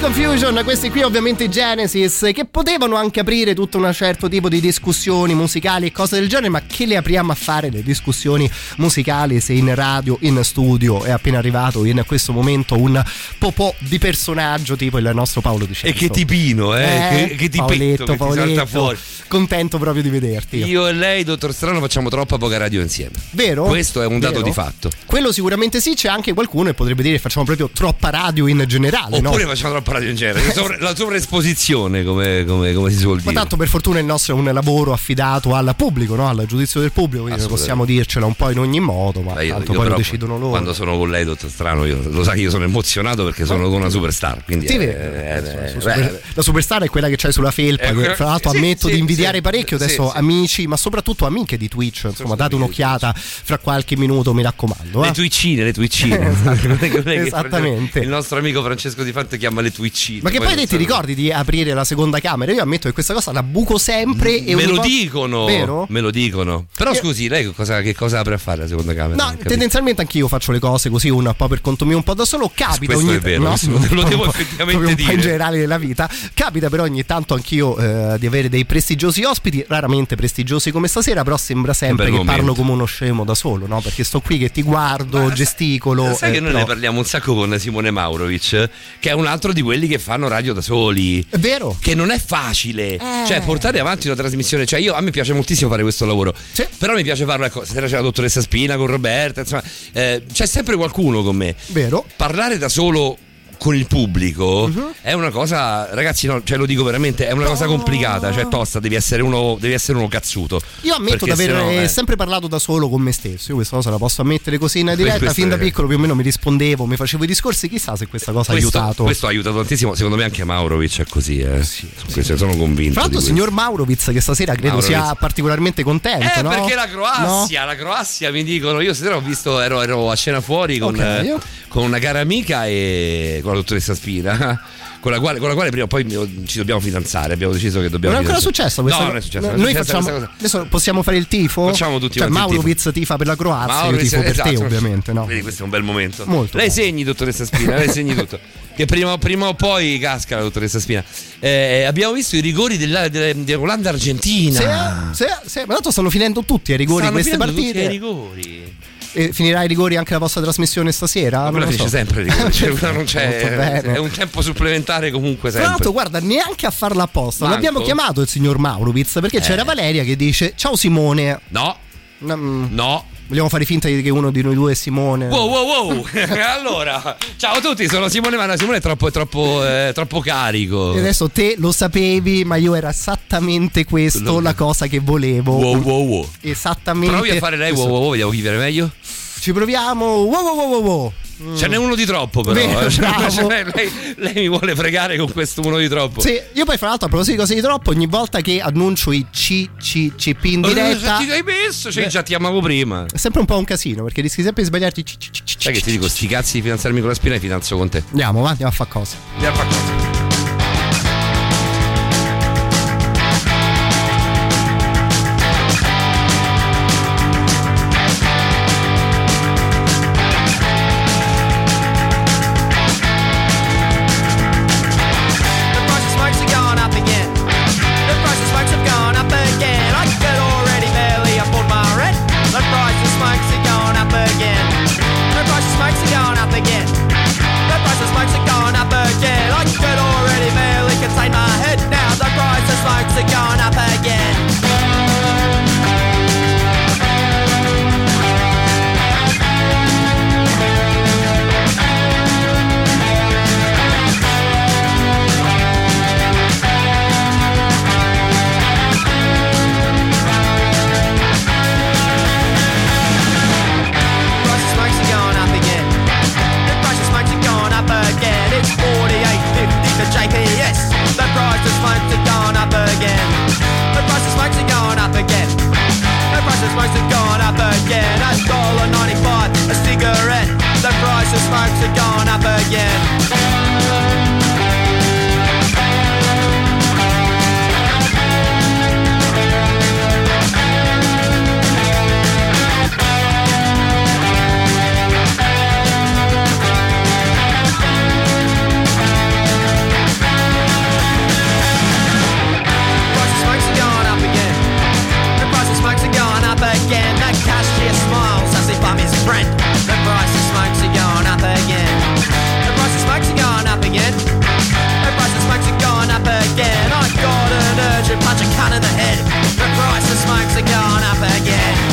Confusion, questi qui ovviamente Genesis, che potevano anche aprire tutto un certo tipo di discussioni musicali e cose del genere, ma che le apriamo a fare le discussioni musicali se in radio, in studio è appena arrivato in questo momento un popò di personaggio tipo il nostro Paolo Di Censo. E che tipino, che tipetto che ti salta fuori. Contento proprio di vederti. Io e lei, dottor Strano, facciamo troppa poca radio insieme. Vero? Questo è un dato Vero? di fatto. Quello sicuramente sì, c'è anche qualcuno che potrebbe dire che facciamo proprio troppa radio in generale, oppure no? facciamo troppa radio in genere. La sovraesposizione, come si suol dire. Ma tanto per fortuna il nostro è un lavoro affidato al pubblico, no? Al giudizio del pubblico, quindi possiamo dircela un po' in ogni modo, ma tanto poi lo decidono loro. Quando sono con lei, dottor Strano, lo sa che io sono emozionato perché sono con una superstar. Quindi sì, la superstar è quella che c'hai sulla felpa, che tra l'altro ammetto di invidiare parecchio. Adesso amici, ma soprattutto amiche di Twitch, insomma, date un'occhiata fra qualche minuto, mi raccomando. Le Twitchine. Esattamente. Il nostro amico Francesco Di Fante chiama le Twitchine. Ma che poi te ti ricordi di aprire la seconda camera? Io ammetto che questa cosa la buco sempre. Me lo dicono. Vero? Me lo dicono. Però scusi, lei che cosa apre a fare la seconda camera? No, tendenzialmente anch'io faccio le cose così un po' per conto mio, un po' da solo. Capita questo ogni è vero, no? lo devo effettivamente dire. Un po' in generale nella vita. Capita però ogni tanto anch'io di avere dei prestigiosi ospiti, raramente prestigiosi come stasera, però sembra sempre che parlo come uno scemo da solo, no? Perché sto qui che ti guardo, gesticolo. Sai che noi ne parliamo un sacco con Simone Maurovic, che è un altro di quelli che fanno radio da soli. È vero. Che non è facile. Cioè, portare avanti una trasmissione. Cioè, a me piace moltissimo fare questo lavoro. Sì. Però mi piace farlo, ecco, stasera c'è la dottoressa Spina con Roberta, insomma, c'è sempre qualcuno con me. Vero. Parlare da solo con il pubblico è una cosa, ragazzi, no, cioè lo dico veramente, è una cosa complicata, cioè tosta, devi essere uno cazzuto. Io ammetto di aver sempre parlato da solo con me stesso. Io questa cosa la posso ammettere così in diretta. Fin da piccolo più o meno mi rispondevo, mi facevo i discorsi, chissà se questa cosa ha aiutato. Questo ha aiutato tantissimo, secondo me anche Maurovic è così, sì. Sono convinto. Tra l'altro signor Maurovic che stasera credo sia particolarmente contento, no? Perché la Croazia mi dicono, io stasera ho visto, ero a cena fuori con una cara amica e con la dottoressa Spina, con la quale prima o poi ci dobbiamo fidanzare. Abbiamo deciso che dobbiamo. Non è ancora successo questa. No, non è successo. Noi facciamo. Adesso possiamo fare il tifo. Facciamo tutti. Cioè, Maurovic tifa per la Croazia, io tifo per te, ovviamente. No? Vedi, questo è un bel momento. Molto lei segni, dottoressa Spina, lei segni tutto. Che prima o poi casca la dottoressa Spina. Abbiamo visto i rigori dell'Olanda-Argentina. Sì, ma tanto stanno finendo tutti i rigori queste partite. Tutti i rigori. Finirà i rigori anche la vostra trasmissione stasera? Ma finisce sempre i rigori. Non c'è, è un tempo supplementare comunque sempre. Tra l'altro, guarda, neanche a farla apposta. L'abbiamo chiamato il signor Maurovic perché c'era Valeria che dice: ciao Simone. No. Vogliamo fare finta che uno di noi due è Simone. Wow. Allora, ciao a tutti, sono Simone, ma Simone è troppo carico. E adesso te lo sapevi, ma io era esattamente questo la cosa che volevo. Wow. Esattamente. Provi a fare lei wow, vediamo chi viene meglio. Ci proviamo. Wow. Ce n'è uno di troppo, però. Lei mi vuole fregare con questo uno di troppo. Sì, io poi fra l'altro a proposito di cose di troppo, ogni volta che annuncio i CCCP in diretta. Ti hai messo? Già ti amavo prima. È sempre un po' un casino perché rischi sempre di sbagliarti. Sai che ti dico, sti cazzi di fidanzarmi con la Spina e fidanzo con te. Andiamo a fare cose. Smokes are gone up again. The price of smokes are gone up again. Like good old smokes are going up again.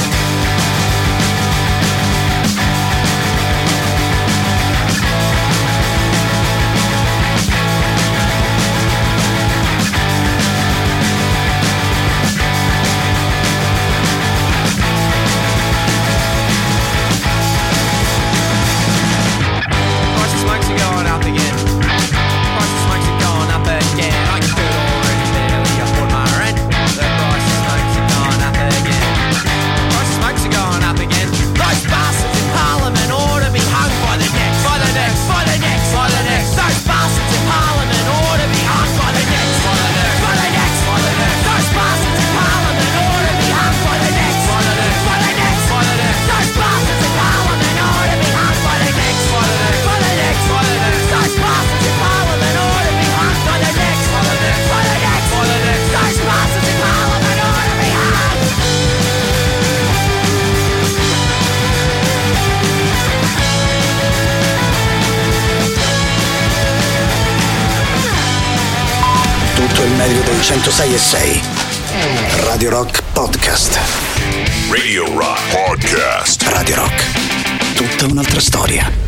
Il meglio dei 106.6 Radio Rock Podcast. Radio Rock Podcast. Radio Rock, tutta un'altra storia.